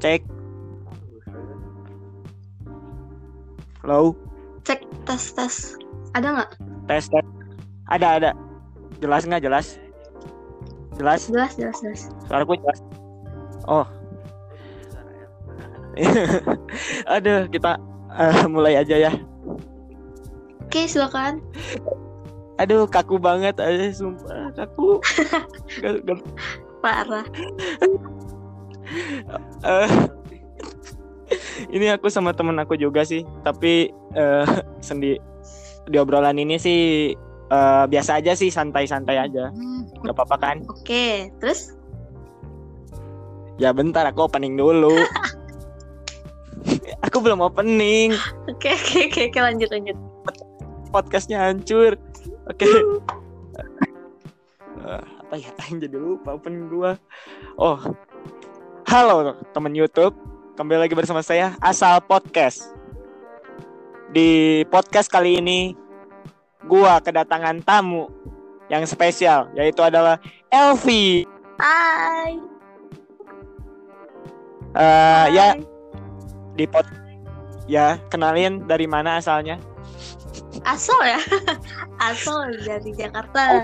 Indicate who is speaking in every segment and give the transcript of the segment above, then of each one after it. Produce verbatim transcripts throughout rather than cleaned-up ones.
Speaker 1: Cek. Halo.
Speaker 2: Cek tes tes. Ada nggak?
Speaker 1: Tes tes. Ada ada. Jelas nggak jelas? Jelas.
Speaker 2: Jelas jelas jelas.
Speaker 1: Suaraku jelas. Oh. Aduh, kita uh, mulai aja ya.
Speaker 2: Oke, silakan.
Speaker 1: Aduh, kaku banget aja, sumpah kaku. Gak, gak.
Speaker 2: Parah.
Speaker 1: uh, ini aku sama temen aku juga sih, tapi uh, sendi di obrolan ini sih uh, biasa aja sih, santai-santai aja. Gak apa-apa kan?
Speaker 2: Oke, terus?
Speaker 1: Ya bentar, aku opening dulu. Aku belum opening.
Speaker 2: Oke oke oke oke, lanjut lanjut.
Speaker 1: Podcastnya hancur. Oke. Uh, apa ya? Yang jadi lupa opening gua. Oh, halo teman YouTube. Kembali lagi bersama saya Asal Podcast. Di podcast kali ini gua kedatangan tamu yang spesial, yaitu adalah Elvi.
Speaker 2: Hai.
Speaker 1: Uh, ya di pod ya kenalin dari mana asalnya?
Speaker 2: Asal ya. Asal dari Jakarta.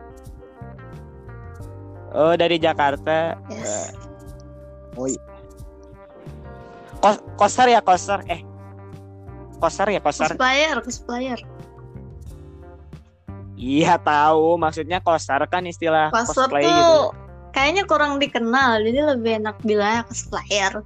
Speaker 1: Oh, dari Jakarta.
Speaker 2: Yes.
Speaker 1: Uh, oh iya. Kos koster ya koster eh koster ya koster.
Speaker 2: Cosplayer, cosplayer.
Speaker 1: Iya tahu, maksudnya koster kan istilah
Speaker 2: Koster
Speaker 1: cosplay
Speaker 2: tuh
Speaker 1: gitu.
Speaker 2: kayaknya kurang dikenal, jadi lebih enak bilangnya cosplayer.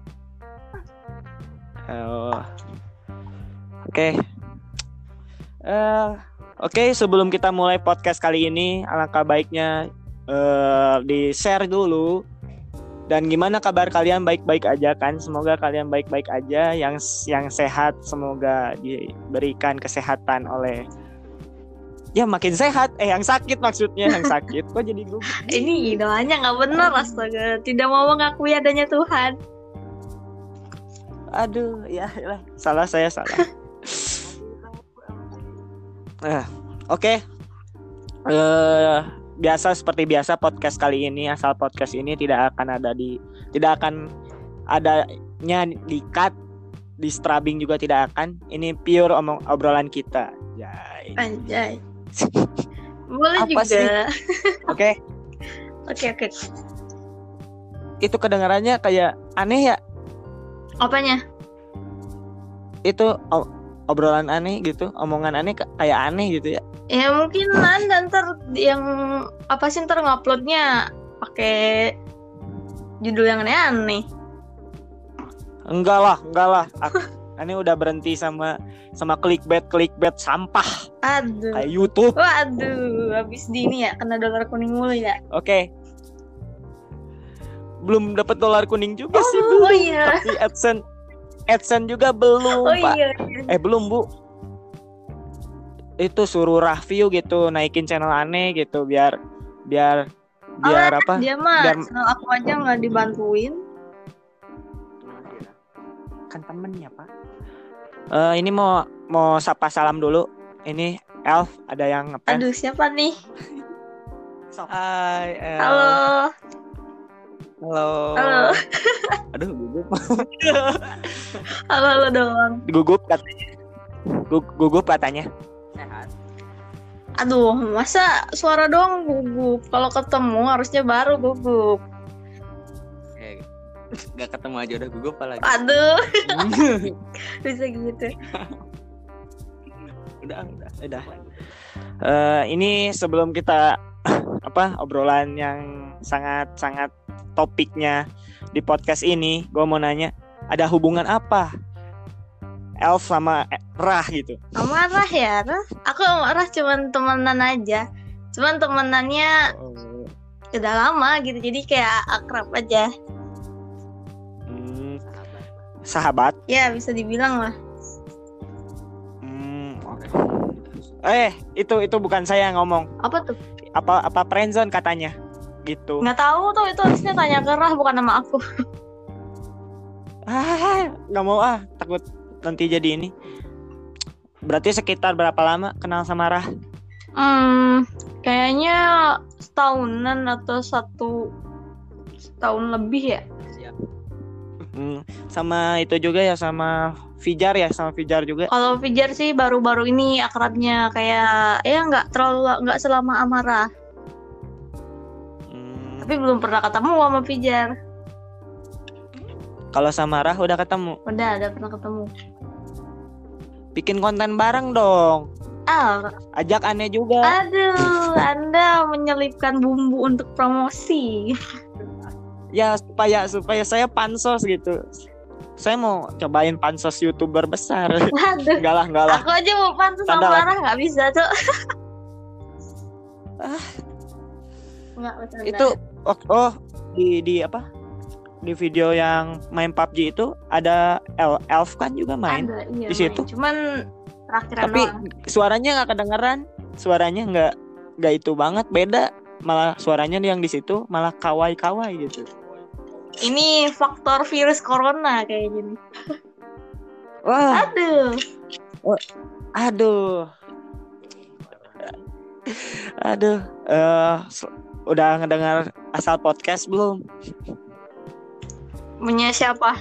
Speaker 1: Oh. Oke. Okay. Uh, Oke, okay, sebelum kita mulai podcast kali ini, alangkah baiknya uh, di-share dulu. Dan gimana kabar kalian, baik-baik aja kan? Semoga kalian baik-baik aja, yang yang sehat semoga diberikan kesehatan oleh ya makin sehat, eh yang sakit maksudnya, yang sakit. Kok jadi gue?
Speaker 2: Ini doanya nggak benar, astaga. Tidak mau mengakui adanya Tuhan.
Speaker 1: Aduh, ya lah, salah saya salah. Nah, oke. Okay. Uh, biasa seperti biasa podcast kali ini, Asal Podcast ini tidak akan ada di tidak akan adanya di cut, di strubbing juga tidak akan. Ini pure omong obrolan kita. Jai.
Speaker 2: Anjay. Boleh
Speaker 1: apa
Speaker 2: juga.
Speaker 1: Oke.
Speaker 2: Oke oke.
Speaker 1: Itu kedengarannya kayak aneh ya?
Speaker 2: Apanya?
Speaker 1: Itu o- obrolan aneh gitu, omongan aneh kayak aneh gitu ya.
Speaker 2: Ya mungkin Anda ntar yang apa sih ntar nguploadnya pakai judul yang aneh-aneh.
Speaker 1: Enggak lah, enggak lah. Aku, ini udah berhenti sama sama clickbait clickbait sampah.
Speaker 2: Aduh.
Speaker 1: Kayak YouTube.
Speaker 2: Waduh, habis di ini ya kena dolar kuning mulu ya.
Speaker 1: Oke. Okay. Belum dapat dolar kuning juga
Speaker 2: oh,
Speaker 1: sih belum.
Speaker 2: Oh iya.
Speaker 1: Tapi AdSense AdSense juga belum,
Speaker 2: oh,
Speaker 1: Pak.
Speaker 2: Iya.
Speaker 1: Eh belum, Bu. Itu suruh review gitu, naikin channel aneh gitu biar biar biar
Speaker 2: oh,
Speaker 1: apa?
Speaker 2: Dia mah
Speaker 1: biar...
Speaker 2: channel aku aja nggak dibantuin.
Speaker 1: Kan temennya, Pak. Uh, ini mau mau sapa salam dulu. Ini Elf, ada yang ngepen.
Speaker 2: Aduh, siapa nih?
Speaker 1: Hai, Elf.
Speaker 2: Halo.
Speaker 1: Halo.
Speaker 2: Halo.
Speaker 1: Aduh, gugup.
Speaker 2: halo halo doang.
Speaker 1: Gugup katanya. Gug- gugup katanya.
Speaker 3: Sehat.
Speaker 2: Aduh, masa suara doang gugup? Kalau ketemu harusnya baru gugup.
Speaker 3: Eh, gak ketemu aja udah gugup apa lagi?
Speaker 2: Aduh. Bisa gitu.
Speaker 1: Udah, udah, udah. Uh, ini sebelum kita apa obrolan yang sangat-sangat topiknya di podcast ini, gue mau nanya, ada hubungan apa Elf sama Rah gitu?
Speaker 2: Sama Rah ya, Rah? Aku sama Rah cuman temenan aja. Cuman temenannya
Speaker 1: Oh.
Speaker 2: udah lama gitu, jadi kayak akrab aja.
Speaker 1: Hmm, sahabat?
Speaker 2: Ya bisa dibilang lah.
Speaker 1: Hmm, oke. Eh, itu itu bukan saya yang ngomong.
Speaker 2: Apa tuh?
Speaker 1: Apa apa friendzone katanya, gitu.
Speaker 2: Nggak tahu tuh, itu harusnya tanya ke Rah bukan sama aku.
Speaker 1: Ah, nggak mau ah, takut nanti jadi ini. Berarti sekitar berapa lama kenal sama Rah?
Speaker 2: Hmm, kayaknya setahunan atau satu setahun lebih ya.
Speaker 3: Siap.
Speaker 1: Hmm, sama itu juga ya, sama Fijar ya, sama Fijar juga.
Speaker 2: Kalau Fijar sih baru-baru ini akrabnya, kayak ya nggak terlalu nggak selama amarah.
Speaker 1: Hmm,
Speaker 2: Tapi belum pernah ketemu sama Fijar.
Speaker 1: kalau sama Rah udah ketemu.
Speaker 2: Udah, ada pernah ketemu.
Speaker 1: Bikin konten bareng dong.
Speaker 2: Ah,
Speaker 1: Ajak Aneh juga.
Speaker 2: aduh, Anda menyelipkan bumbu untuk promosi.
Speaker 1: Ya supaya supaya saya pansos gitu. Saya mau cobain pansos YouTuber besar.
Speaker 2: Aduh,
Speaker 1: Enggak lah, enggak lah.
Speaker 2: aku aja mau pantas sama
Speaker 1: Canda lah.
Speaker 2: marah nggak bisa tuh.
Speaker 1: Ah.
Speaker 2: Nggak bercanda.
Speaker 1: Itu oh, oh di di apa? Di video yang main P U B G itu ada El- Elf kan juga main.
Speaker 2: Ada, iya,
Speaker 1: di situ.
Speaker 2: main. Cuman terakhiran
Speaker 1: Tapi
Speaker 2: doang.
Speaker 1: suaranya nggak kedengeran. Suaranya nggak nggak itu banget, beda. Malah suaranya yang di situ malah kawai-kawai gitu.
Speaker 2: Ini faktor virus corona kayak gini.
Speaker 1: Wah,
Speaker 2: Aduh,
Speaker 1: aduh. Aduh, eh s- udah ngedengar asal podcast belum?
Speaker 2: punya siapa?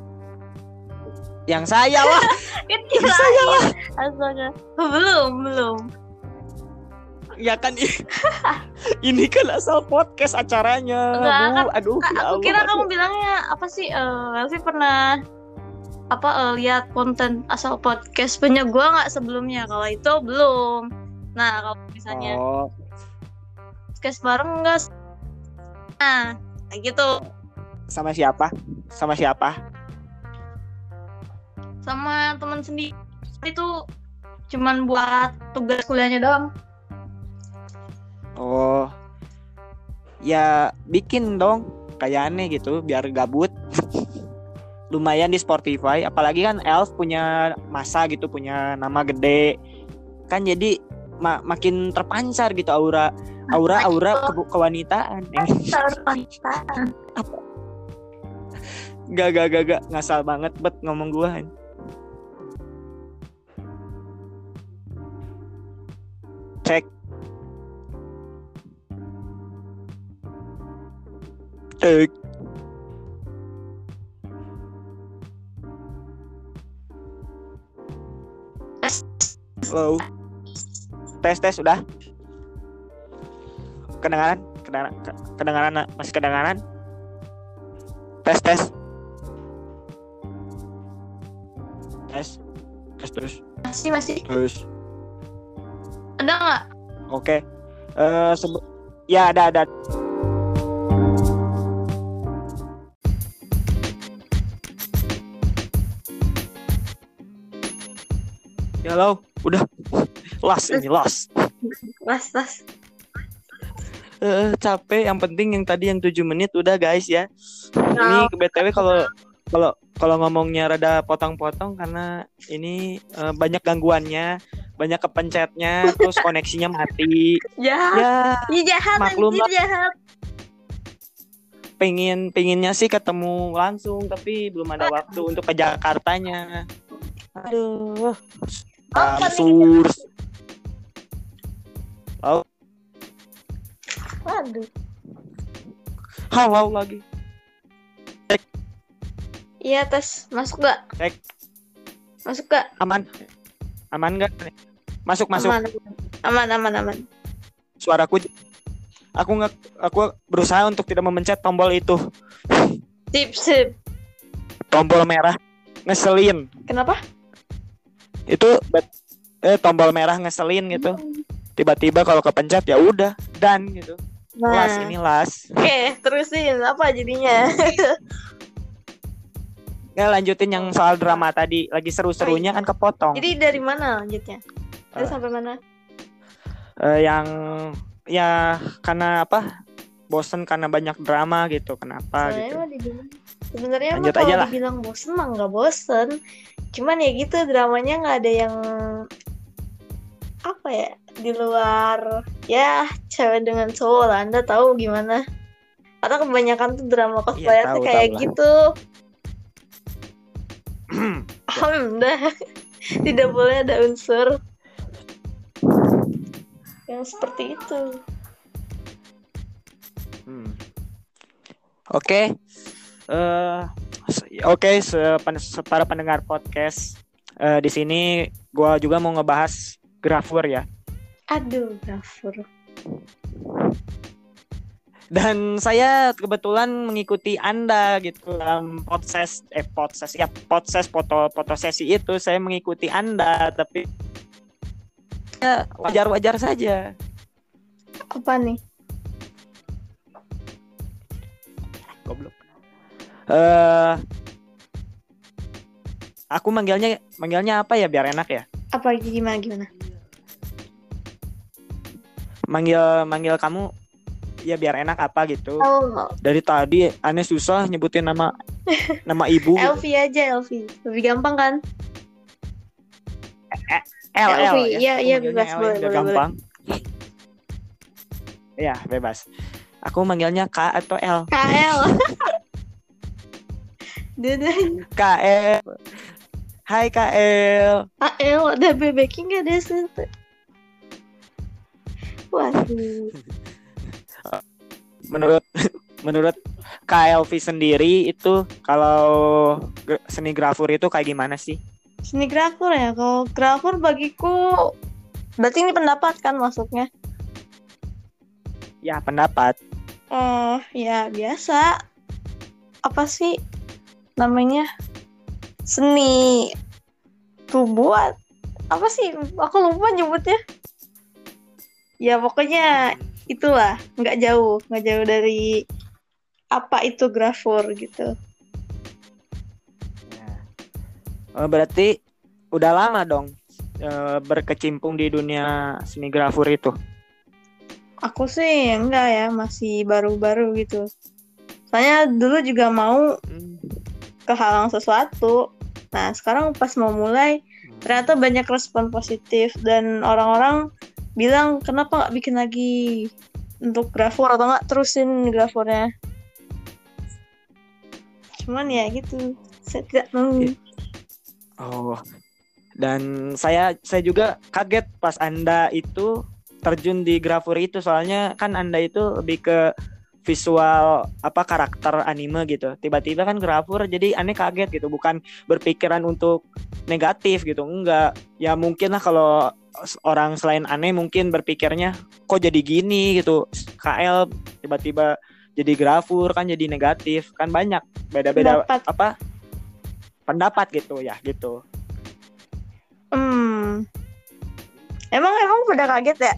Speaker 1: Yang saya lah.
Speaker 2: Kan
Speaker 1: Yang saya lah.
Speaker 2: Astaga. Belum, belum.
Speaker 1: Ya kan i- ini kan asal podcast acaranya.
Speaker 2: Enggak,
Speaker 1: Bu.
Speaker 2: kan-
Speaker 1: Aduh,
Speaker 2: Kak,
Speaker 1: ya
Speaker 2: aku
Speaker 1: Allah,
Speaker 2: kira
Speaker 1: aduh.
Speaker 2: kamu bilangnya apa sih? Eh, Elvi pernah apa eh, lihat konten asal podcast punya gua nggak sebelumnya? Kalau itu belum. Nah, kalau misalnya
Speaker 1: Oh,
Speaker 2: podcast bareng enggak? Nah, kayak gitu.
Speaker 1: sama siapa? Sama siapa?
Speaker 2: Sama teman sendiri itu cuman buat tugas kuliahnya doang.
Speaker 1: Oh, ya bikin dong kayak Aneh gitu biar gabut. Lumayan di Spotify, apalagi kan Elf punya masa gitu, punya nama gede kan, jadi ma- makin terpancar gitu aura aura aura ke- kewanitaan.
Speaker 2: Terpantas.
Speaker 1: Gak gak gak gak ngasal banget bet ngomong gua. Cek cek. Halo. Tes tes udah. Kedengaran? Kedengaran? Kedengaran? Masih kedengaran? Tes tes. Tes. Tes terus.
Speaker 2: Masih masih
Speaker 1: Terus.
Speaker 2: ada nggak?
Speaker 1: Oke. Eh sebe- ya ada ada. Ya halo, udah. Last ini last.
Speaker 2: Las las.
Speaker 1: Eh capek, yang penting yang tadi yang tujuh menit udah guys ya. Ini ke B T W kalau kalau kalau ngomongnya rada potong-potong karena ini eh, banyak gangguannya, banyak kepencetnya, terus koneksinya mati.
Speaker 2: Jahat.
Speaker 1: Ya,
Speaker 2: Ih, jahat
Speaker 1: maklum
Speaker 2: anjir,
Speaker 1: lah.
Speaker 2: jahat.
Speaker 1: pengen pengennya sih ketemu langsung tapi belum ada waktu untuk ke Jakartanya. Aduh,
Speaker 2: Apa nih?
Speaker 1: Samsur. Oh,
Speaker 2: Waduh.
Speaker 1: halo lagi.
Speaker 2: Iya, tes. Masuk gak?
Speaker 1: Cek.
Speaker 2: Masuk gak?
Speaker 1: Aman, aman nggak? Masuk masuk.
Speaker 2: Aman, aman, aman, aman.
Speaker 1: Suaraku, aku nggak, aku berusaha untuk tidak memencet tombol itu,
Speaker 2: Sip, sip.
Speaker 1: tombol merah ngeselin.
Speaker 2: Kenapa?
Speaker 1: Itu bet- eh tombol merah ngeselin gitu. Tiba-tiba kalau kepencet ya udah dan gitu. Las
Speaker 2: Nah,
Speaker 1: ini las.
Speaker 2: oke, terusin. Apa jadinya?
Speaker 1: Ya lanjutin yang soal drama tadi, lagi seru-serunya kan kepotong.
Speaker 2: Jadi dari mana lanjutnya? Dari
Speaker 1: Eh.
Speaker 2: sampai mana?
Speaker 1: Eh, yang ya karena apa? Bosen karena banyak drama gitu. Kenapa
Speaker 2: Sebenarnya
Speaker 1: gitu?
Speaker 2: mah dibilang sebenarnya mah
Speaker 1: Lanjut
Speaker 2: kalau
Speaker 1: aja lah.
Speaker 2: dibilang bosen mah nggak bosen. Cuman ya gitu, dramanya nggak ada yang apa ya, di luar ya cewek dengan cowok lah. Anda tahu gimana? Atau kebanyakan tuh drama cosplayer
Speaker 1: Iya,
Speaker 2: tuh
Speaker 1: tahu,
Speaker 2: kayak
Speaker 1: tahu lah.
Speaker 2: gitu. Hmm, udah. Tidak boleh ada unsur yang seperti itu.
Speaker 1: Hmm. Oke. Eh Oke, sepen- para pendengar podcast, eh, di sini gua juga mau ngebahas grafur ya.
Speaker 2: Aduh, grafur.
Speaker 1: Dan saya kebetulan mengikuti Anda gitu dalam podcast eh podcast ya podcast foto foto sesi itu saya mengikuti Anda, tapi ya, wajar-wajar saja.
Speaker 2: Apa nih?
Speaker 1: Goblok. Eh aku manggilnya manggilnya apa ya biar enak ya?
Speaker 2: Apa gimana gimana?
Speaker 1: Manggil manggil kamu ya biar enak apa gitu.
Speaker 2: Oh,
Speaker 1: Dari tadi aneh susah nyebutin nama nama ibu.
Speaker 2: Elvi aja, Elvi. Lebih gampang kan?
Speaker 1: L L
Speaker 2: Elvi,
Speaker 1: ya.
Speaker 2: iya,
Speaker 1: Aku
Speaker 2: iya,
Speaker 1: manggilnya
Speaker 2: bebas,
Speaker 1: L,
Speaker 2: boleh,
Speaker 1: biar
Speaker 2: boleh,
Speaker 1: gampang. Ya, bebas. Aku manggilnya K atau L.
Speaker 2: K L. Dadah.
Speaker 1: K L. Hai K L.
Speaker 2: K L, ada bebeknya nggak ada sih? Waduh.
Speaker 1: Menurut menurut K L V sendiri itu kalau ge- seni grafur itu kayak gimana sih?
Speaker 2: Seni grafur ya. Kalau grafur bagiku berarti ini pendapat kan masuknya?
Speaker 1: Ya, pendapat.
Speaker 2: Oh, ya biasa. Apa sih namanya? Seni tubuh at- apa sih? Aku lupa nyebutnya. Ya pokoknya itulah, nggak jauh, nggak jauh dari apa itu grafur gitu.
Speaker 1: Oh, berarti udah lama dong eh, berkecimpung di dunia seni grafur itu.
Speaker 2: Aku sih enggak ya, masih baru-baru gitu. Soalnya dulu juga mau
Speaker 1: Hmm.
Speaker 2: kehalang sesuatu. Nah, sekarang pas mau mulai, ternyata banyak respon positif dan orang-orang bilang kenapa nggak bikin lagi untuk grafur atau nggak terusin grafurnya. Cuman ya gitu, saya tidak mau.
Speaker 1: Oh, dan saya saya juga kaget pas Anda itu terjun di grafur itu, soalnya kan Anda itu lebih ke visual apa karakter anime gitu. Tiba-tiba kan grafur, jadi aneh kaget gitu, bukan berpikiran untuk negatif gitu, enggak. Ya mungkin lah kalau orang selain aneh mungkin berpikirnya kok jadi gini gitu. K L tiba-tiba jadi grafur kan jadi negatif, kan banyak beda-beda
Speaker 2: Pendapat.
Speaker 1: apa pendapat gitu ya gitu.
Speaker 2: Hmm. Emang emang pada kaget ya?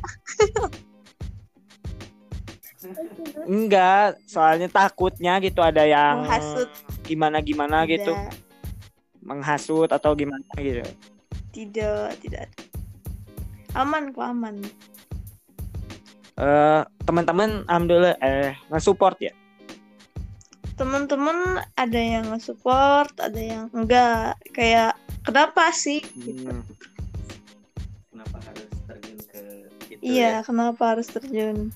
Speaker 1: Enggak, soalnya takutnya gitu ada yang
Speaker 2: Menghasut.
Speaker 1: gimana-gimana gitu,
Speaker 2: Tidak,
Speaker 1: menghasut atau gimana gitu.
Speaker 2: tidak, tidak. Aman kok, aman.
Speaker 1: Eh teman-teman alhamdulillah eh nge-support ya.
Speaker 2: Teman-teman ada yang nge-support, ada yang enggak. Kayak kenapa sih?
Speaker 1: Hmm.
Speaker 3: Kenapa harus terjun ke itu
Speaker 2: Iya,
Speaker 3: ya?
Speaker 2: kenapa harus terjun?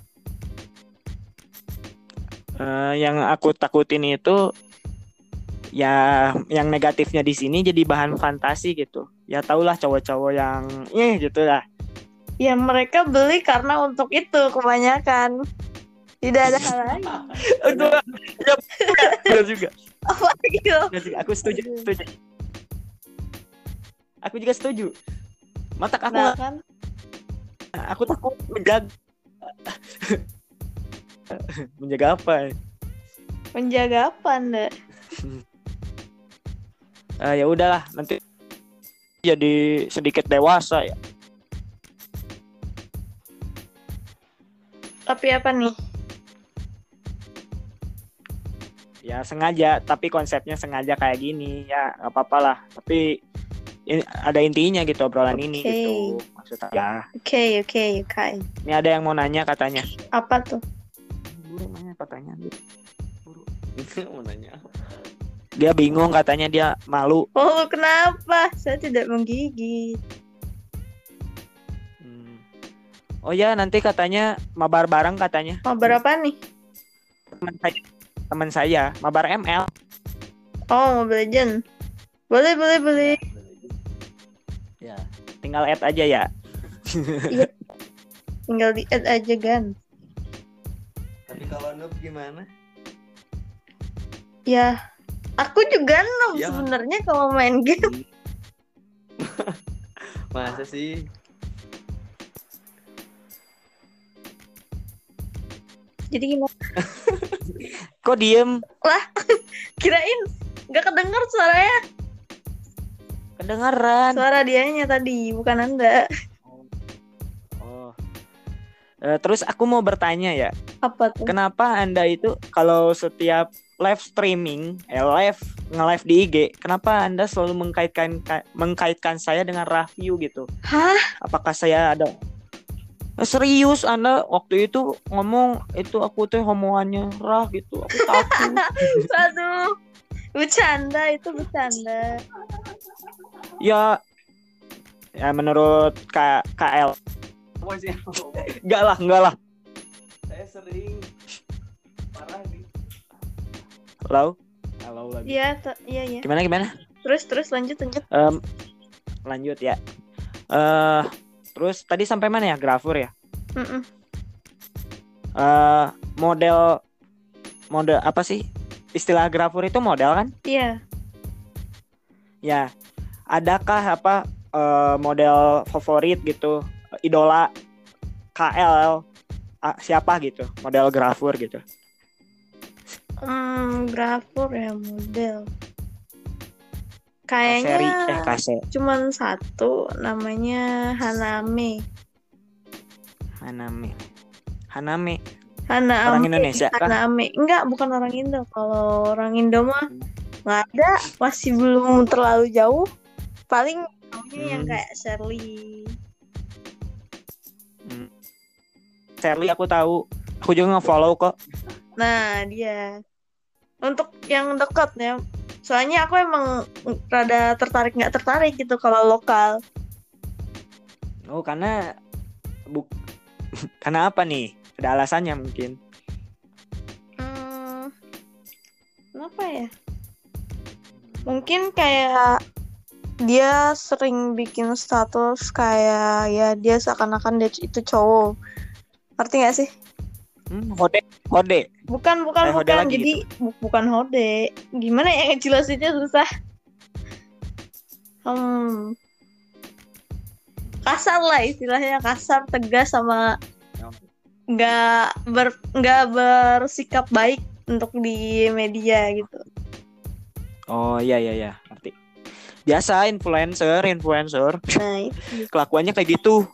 Speaker 1: Eh, yang aku takutin itu ya yang negatifnya di sini jadi bahan fantasi gitu. Ya tahulah cowok-cowok yang eh gitu lah.
Speaker 2: Ya mereka beli karena untuk itu kebanyakan. Tidak ada hal lain.
Speaker 1: Aduh, ya benar juga.
Speaker 2: Apa gitu?
Speaker 1: Benar juga. Aku setuju, setuju. Aku juga setuju. Mata aku
Speaker 2: Nah kan,
Speaker 1: aku takut menjaga menjaga apa ya?
Speaker 2: menjaga apa Anda?
Speaker 1: Eh, ya udahlah nanti jadi sedikit dewasa ya.
Speaker 2: Tapi apa nih?
Speaker 1: Ya sengaja, tapi konsepnya sengaja kayak gini ya nggak apa-apa lah. Tapi ini ada intinya gitu obrolan ini
Speaker 2: Oke.
Speaker 1: gitu maksudnya. Ya,
Speaker 2: Oke, oke, oke.
Speaker 1: ini ada yang mau nanya katanya.
Speaker 2: Apa tuh?
Speaker 1: Buru nanya katanya. Buru.
Speaker 3: Mau nanya.
Speaker 1: Dia bingung katanya, dia malu.
Speaker 2: Oh, kenapa? Saya tidak menggigit.
Speaker 1: Hmm. Oh ya nanti katanya mabar bareng katanya.
Speaker 2: Mau berapa nih?
Speaker 1: Teman saya, teman saya mabar M L.
Speaker 2: Oh, Mobile Legend. Boleh, boleh, boleh.
Speaker 3: Ya.
Speaker 1: Tinggal add aja ya.
Speaker 2: Tinggal di add aja kan.
Speaker 3: Tapi kalau noob gimana?
Speaker 2: Ya, Aku juga noob
Speaker 3: Ya.
Speaker 2: sebenarnya kalau main game.
Speaker 3: Masa sih?
Speaker 2: Jadi gimana?
Speaker 1: Kok diem?
Speaker 2: Kirain nggak kedengar suaranya.
Speaker 1: Kedengeran.
Speaker 2: Suara dianya tadi, bukan Anda.
Speaker 1: Oh. Eh, terus aku mau bertanya ya,
Speaker 2: Apa tuh?
Speaker 1: kenapa Anda itu kalau setiap live streaming, eh live nge-live di I G, kenapa Anda selalu mengkaitkan mengkaitkan saya dengan Rafyu gitu?
Speaker 2: Hah?
Speaker 1: Apakah saya ada Eh, serius Anda waktu itu ngomong itu aku tuh homoannya Rah gitu. Aku takut.
Speaker 2: Aduh. Bercanda itu bercanda.
Speaker 1: Ya ya menurut K KL. Enggak lah, enggak lah. Saya sering parah di. Halo? Halo lagi.
Speaker 2: Iya, t- iya, iya.
Speaker 1: Gimana gimana?
Speaker 2: Terus terus lanjut lanjut.
Speaker 1: Em, lanjut ya. Eh terus tadi sampai mana ya? Grafur ya?
Speaker 2: Mm-mm.
Speaker 1: Eh model model apa sih? Istilah grafur itu model kan?
Speaker 2: Iya.
Speaker 1: Ya. Adakah apa eh, model favorit gitu? Idola K L ah, siapa gitu? Model grafur gitu.
Speaker 2: Hmm, grafur ya model.
Speaker 1: Kaseri eh
Speaker 2: Kayaknya
Speaker 1: kase
Speaker 2: cuman satu, namanya Haname.
Speaker 1: Haname. Haname.
Speaker 2: Haname.
Speaker 1: Orang Indonesia kah?
Speaker 2: Haname. Enggak, bukan orang Indo. Kalau orang Indo mah nggak ada, masih belum terlalu jauh. Paling namanya yang
Speaker 1: Hmm.
Speaker 2: kayak Shirley.
Speaker 1: Hmm. Shirley aku tahu. Aku juga nge-follow kok.
Speaker 2: Nah, dia. Untuk yang dekat ya. Soalnya aku emang rada tertarik nggak tertarik gitu kalau lokal.
Speaker 1: Oh, karena bu karena apa nih? Ada alasannya mungkin.
Speaker 2: Hmm, kenapa ya? Mungkin kayak dia sering bikin status kayak ya dia seakan-akan dia itu cowok. Ngerti gak sih?
Speaker 1: Hmm, hode, hode.
Speaker 2: Bukan, bukan,
Speaker 1: Eh, hode
Speaker 2: bukan.
Speaker 1: lagi
Speaker 2: Jadi bu- bukan hode. Gimana ya ngejelasinnya susah. Hmm. Kasar lah istilahnya, kasar, tegas sama nggak ber nggak bersikap baik untuk di media gitu.
Speaker 1: Oh iya iya iya, ngerti. Biasa influencer, influencer
Speaker 2: Nah, itu.
Speaker 1: kelakuannya kayak gitu.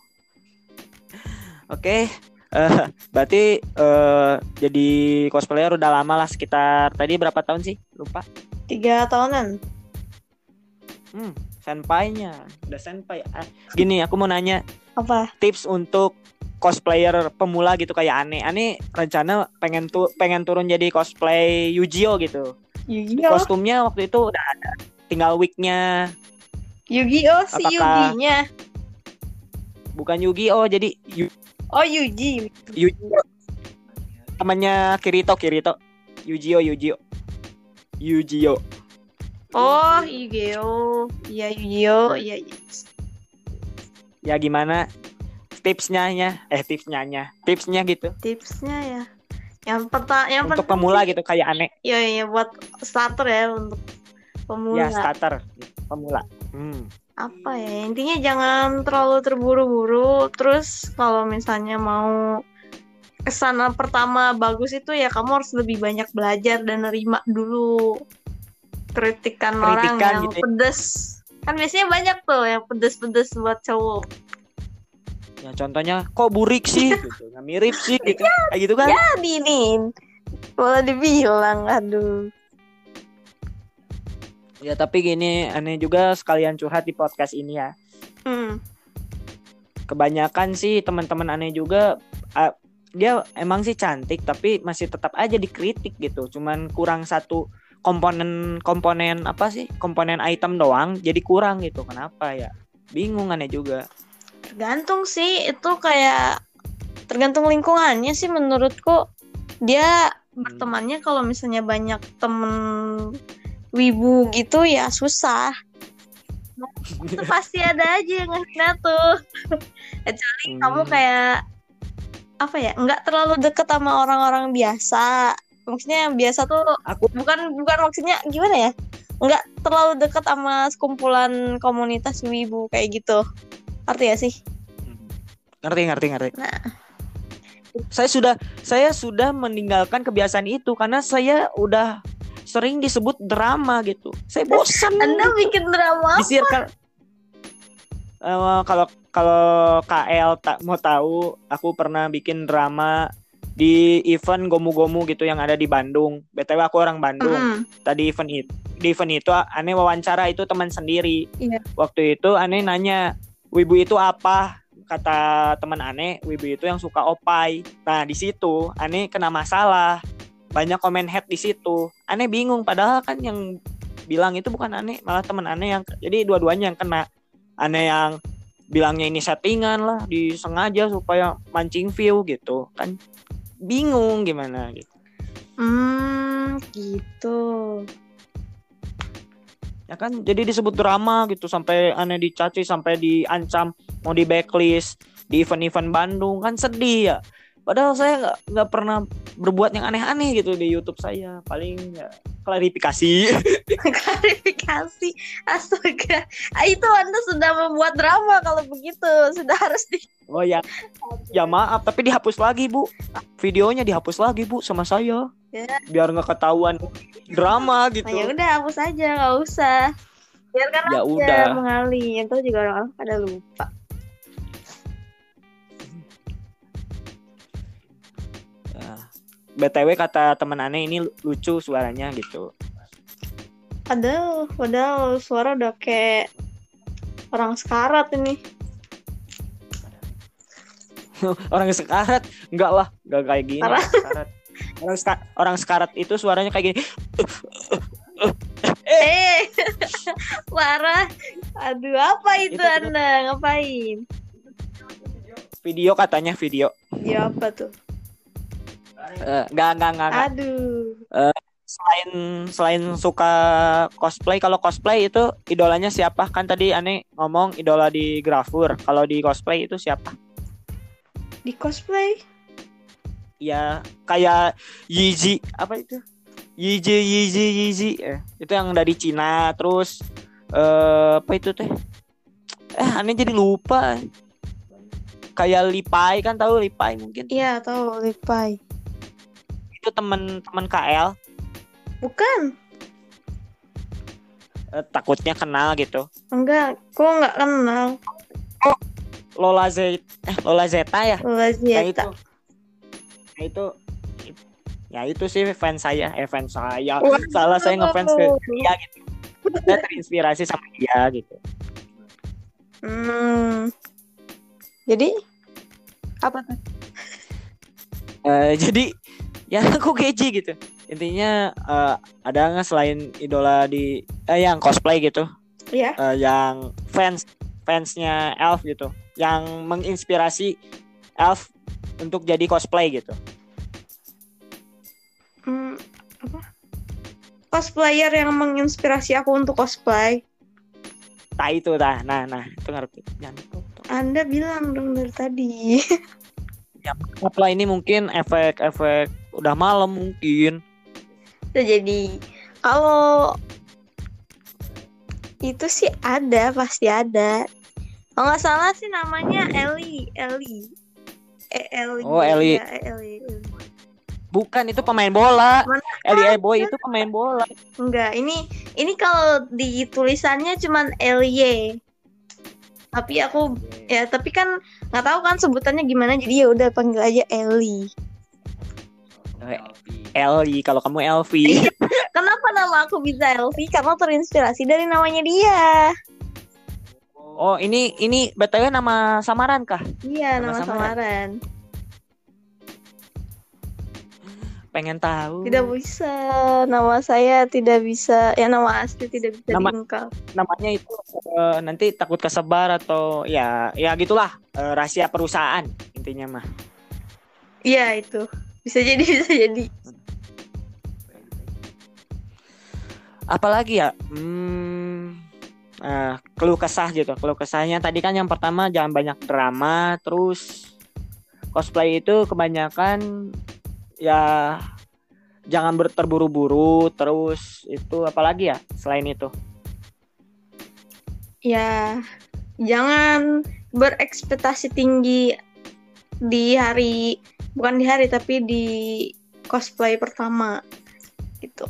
Speaker 1: Oke, eh, berarti eh, jadi cosplayer udah lama lah, sekitar tadi berapa tahun sih? Lupa.
Speaker 2: Tiga tahunan.
Speaker 1: Hmm, senpai-nya, udah senpai. Ah, gini, aku mau nanya
Speaker 2: Apa?
Speaker 1: tips untuk cosplayer pemula gitu kayak Ane. Ane rencana pengen tuh pengen turun jadi cosplay Yu-Gi-Oh gitu.
Speaker 2: Yu-Gi-Oh.
Speaker 1: Kostumnya waktu itu udah ada, tinggal wig-nya.
Speaker 2: Yu-Gi-Oh si
Speaker 1: Apakah-
Speaker 2: Yugi-nya.
Speaker 1: Bukan Yu-Gi-Oh, jadi Yu
Speaker 2: Oh, Yuji.
Speaker 1: Yu-Gi-Oh. Temannya Kirito, Kirito. Yu-Gi-Oh, Yu-Gi-Oh. Yu-Gi-Oh.
Speaker 2: Oh, Yu-Gi-Oh. Iya, Yu-Gi-Oh. Iya, iya.
Speaker 1: Ya gimana tipsnya nya? Eh tipsnya nya. Tipsnya gitu.
Speaker 2: Tipsnya ya. Yang pertama, yang
Speaker 1: Untuk
Speaker 2: penting
Speaker 1: pemula
Speaker 2: sih-
Speaker 1: gitu kayak Ane.
Speaker 2: Iya, iya, buat starter ya untuk pemula.
Speaker 1: Ya starter pemula. Hmm.
Speaker 2: Apa ya, intinya jangan terlalu terburu-buru. Terus kalau misalnya mau kesana pertama bagus itu ya kamu harus lebih banyak belajar dan nerima dulu kritikan, orang
Speaker 1: Kritikan
Speaker 2: yang
Speaker 1: gitu ya.
Speaker 2: pedes. Kan biasanya banyak tuh yang pedes-pedes buat cowok.
Speaker 1: Ya contohnya kok burik sih gitu. Nggak mirip sih gitu. Kayak gitu kan?
Speaker 2: Adinin malah dibilang, aduh.
Speaker 1: Ya tapi gini, Ane juga sekalian curhat di podcast ini ya.
Speaker 2: Hmm.
Speaker 1: Kebanyakan sih teman-teman Ane juga ah, dia emang sih cantik tapi masih tetap aja dikritik gitu. Cuman kurang satu komponen komponen apa sih? Komponen item doang jadi kurang gitu. Kenapa ya? Bingung Ane juga.
Speaker 2: Tergantung sih, itu kayak tergantung lingkungannya sih menurutku. Dia bertemannya kalau misalnya banyak temen wibu gitu ya susah. Itu pasti ada aja yang ngehina tuh. Kecuali
Speaker 1: Hmm.
Speaker 2: kamu kayak apa ya, nggak terlalu deket sama orang-orang biasa. Maksudnya biasa tuh
Speaker 1: Aku
Speaker 2: bukan bukan maksudnya gimana ya? Nggak terlalu dekat sama sekumpulan komunitas wibu kayak gitu. Arti ya sih?
Speaker 1: ngerti ngerti ngerti.
Speaker 2: Nah,
Speaker 1: Saya sudah saya sudah meninggalkan kebiasaan itu karena saya udah sering disebut drama gitu. Saya bosan.
Speaker 2: Anda bikin drama
Speaker 1: di circle. Eh, kalau kalau K L tak mau tahu, aku pernah bikin drama di event Gomu-Gomu gitu yang ada di Bandung. B T W aku orang Bandung.
Speaker 2: Mm.
Speaker 1: Tadi event itu, di event itu aneh wawancara itu teman sendiri.
Speaker 2: Iya.
Speaker 1: Waktu itu aneh nanya, wibu itu apa? Kata teman aneh, wibu itu yang suka opai. Nah di situ aneh kena masalah. Banyak komen head di situ. Aneh bingung, padahal kan yang bilang itu bukan aneh, malah teman aneh yang. Jadi dua-duanya yang kena. Aneh yang bilangnya ini settingan lah, disengaja supaya mancing view gitu kan. Bingung gimana gitu.
Speaker 2: Hmm, gitu.
Speaker 1: Ya kan jadi disebut drama gitu, sampai aneh dicaci, sampai diancam mau di blacklist di event-event Bandung, kan sedih ya. Padahal saya nggak nggak pernah berbuat yang aneh-aneh gitu di YouTube saya. Paling ya klarifikasi.
Speaker 2: Klarifikasi. Astaga. Ah, itu Anda sudah membuat drama kalau begitu. Sudah harus di
Speaker 1: Oh ya, ya maaf, tapi dihapus lagi Bu. Videonya dihapus lagi Bu sama saya.
Speaker 2: Ya.
Speaker 1: Biar nggak ketahuan drama gitu.
Speaker 2: Nah, ya udah hapus aja, nggak usah. Biarkan
Speaker 1: Ya
Speaker 2: aja
Speaker 1: udah.
Speaker 2: mengalir. Itu juga orang-orang pada lupa.
Speaker 1: Ya. B T W kata teman aneh ini lucu suaranya gitu.
Speaker 2: Aduh, padahal suara udah kayak orang sekarat ini.
Speaker 1: Orang sekarat enggak lah, enggak kayak gini.
Speaker 2: Parah.
Speaker 1: Orang sekarat. Orang, ska- orang sekarat itu suaranya kayak gini.
Speaker 2: Eh, parah. Aduh, apa itu,
Speaker 1: Itu-
Speaker 2: Anda? Ngapain?
Speaker 1: Video katanya video.
Speaker 2: Ya apa tuh?
Speaker 1: Eh, enggak enggak enggak. enggak.
Speaker 2: Aduh.
Speaker 1: Selain selain suka cosplay, kalau cosplay itu idolanya siapa? Kan tadi aneh ngomong idola di grafur. Kalau di cosplay itu siapa?
Speaker 2: Di cosplay?
Speaker 1: Ya kayak Yeezy, apa itu? Yeezy Yeezy Yeezy. Eh, itu yang dari Cina. Terus eh apa itu teh? Eh aneh jadi lupa. Kayak Lipai, kan tahu Lipai mungkin?
Speaker 2: Iya, tahu Lipai.
Speaker 1: Itu teman-teman K L.
Speaker 2: Bukan.
Speaker 1: Eh, takutnya kenal gitu.
Speaker 2: Enggak, kok nggak kenal.
Speaker 1: Lola Z eh Lola Zeta ya?
Speaker 2: Lola
Speaker 1: Nah itu,
Speaker 2: Zieta.
Speaker 1: nah itu, ya itu sih fans saya, eh fans saya.
Speaker 2: Wah.
Speaker 1: Salah, saya ngefans ke dia gitu. Saya terinspirasi sama dia gitu.
Speaker 2: Hmm. Jadi apa tuh?
Speaker 1: Eh, jadi ya aku keji gitu. Intinya eh, ada nggak selain idola di eh, yang cosplay gitu,
Speaker 2: Iya.
Speaker 1: eh, yang fans fansnya Elf gitu, yang menginspirasi Elf untuk jadi cosplay gitu.
Speaker 2: Hmm, apa? Cosplayer yang menginspirasi aku untuk cosplay.
Speaker 1: Nah itu dah, nah nah itu ngerti. Jangan itu.
Speaker 2: Anda bilang dong dari tadi.
Speaker 1: Ya, apa ini mungkin efek-efek udah malam mungkin.
Speaker 2: Jadi kalau itu sih ada, pasti ada. Kalau nggak salah sih namanya Ellie, Ellie. Eh, Ellie.
Speaker 1: Oh, Ellie.
Speaker 2: Ya, Ellie.
Speaker 1: Bukan, itu pemain bola.
Speaker 2: Mana
Speaker 1: Ellie Boy itu pemain bola.
Speaker 2: Enggak, ini ini kalau di tulisannya cuman Elie. Tapi aku ya tapi kan nggak tahu kan sebutannya gimana, jadi ya udah panggil aja Ellie.
Speaker 1: Ellie, kalau kamu Elvi.
Speaker 2: Kenapa nama aku bisa Elvi? Karena terinspirasi dari namanya dia.
Speaker 1: Oh, ini ini B T W nama samaran kah?
Speaker 2: Iya,
Speaker 1: Nama
Speaker 2: nama
Speaker 1: samaran.
Speaker 2: samaran.
Speaker 1: Pengen tahu.
Speaker 2: Tidak bisa, nama saya tidak bisa, ya nama asli tidak bisa
Speaker 1: Nama-
Speaker 2: diungkap.
Speaker 1: Namanya itu eh, nanti takut kesebar atau ya ya gitulah, eh, rahasia perusahaan intinya mah.
Speaker 2: Iya itu, bisa jadi bisa jadi.
Speaker 1: Apalagi ya? Hmm, eh, keluh kesah gitu. Keluh kesahnya tadi kan yang pertama jangan banyak drama, terus cosplay itu kebanyakan ya jangan ber- terburu-buru, terus itu apalagi ya selain itu.
Speaker 2: Ya, jangan berekspektasi tinggi di hari, bukan di hari tapi di cosplay pertama gitu.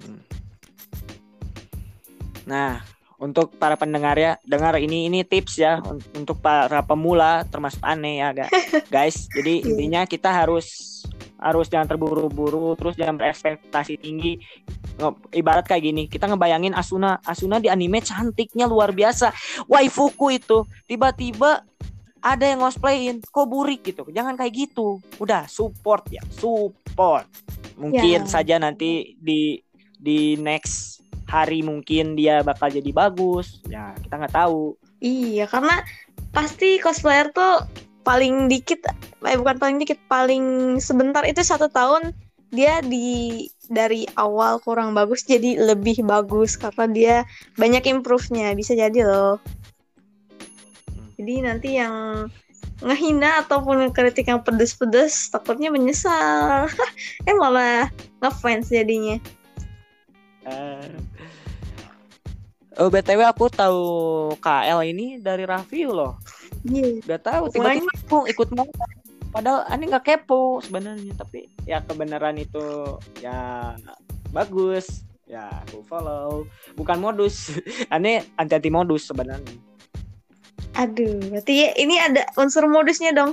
Speaker 1: Nah, untuk para pendengar ya, dengar ini ini tips ya un- untuk para pemula termasuk aneh ya, ga- guys. Jadi intinya kita harus harus jangan terburu-buru, terus jangan berekspektasi tinggi. Nge- Ibarat kayak gini, kita ngebayangin Asuna, Asuna di anime cantiknya luar biasa, waifuku itu, tiba-tiba ada yang cosplayin Koburi gitu. Jangan kayak gitu. Udah support ya, support. Mungkin
Speaker 2: Ya.
Speaker 1: saja nanti di di next hari mungkin dia bakal jadi bagus. Ya, kita nggak tahu.
Speaker 2: Iya, karena pasti cosplayer tuh paling dikit, eh bukan paling dikit, paling sebentar itu satu tahun dia di dari awal kurang bagus jadi lebih bagus karena dia banyak improve-nya, bisa jadi loh. Jadi nanti yang ngehina ataupun kritik yang pedes-pedes takutnya menyesal. eh malah ngefans jadinya.
Speaker 1: Eh, Oh, B T W aku tahu K L ini dari Raffi loh.
Speaker 2: Iya.
Speaker 1: Udah tahu tiba-tiba aku ikut mau. Padahal aneh nggak kepo sebenarnya, tapi ya kebenaran itu ya bagus. Ya aku follow. Bukan modus. Aneh anti modus sebenarnya.
Speaker 2: Aduh, berarti ya, ini ada unsur modusnya dong.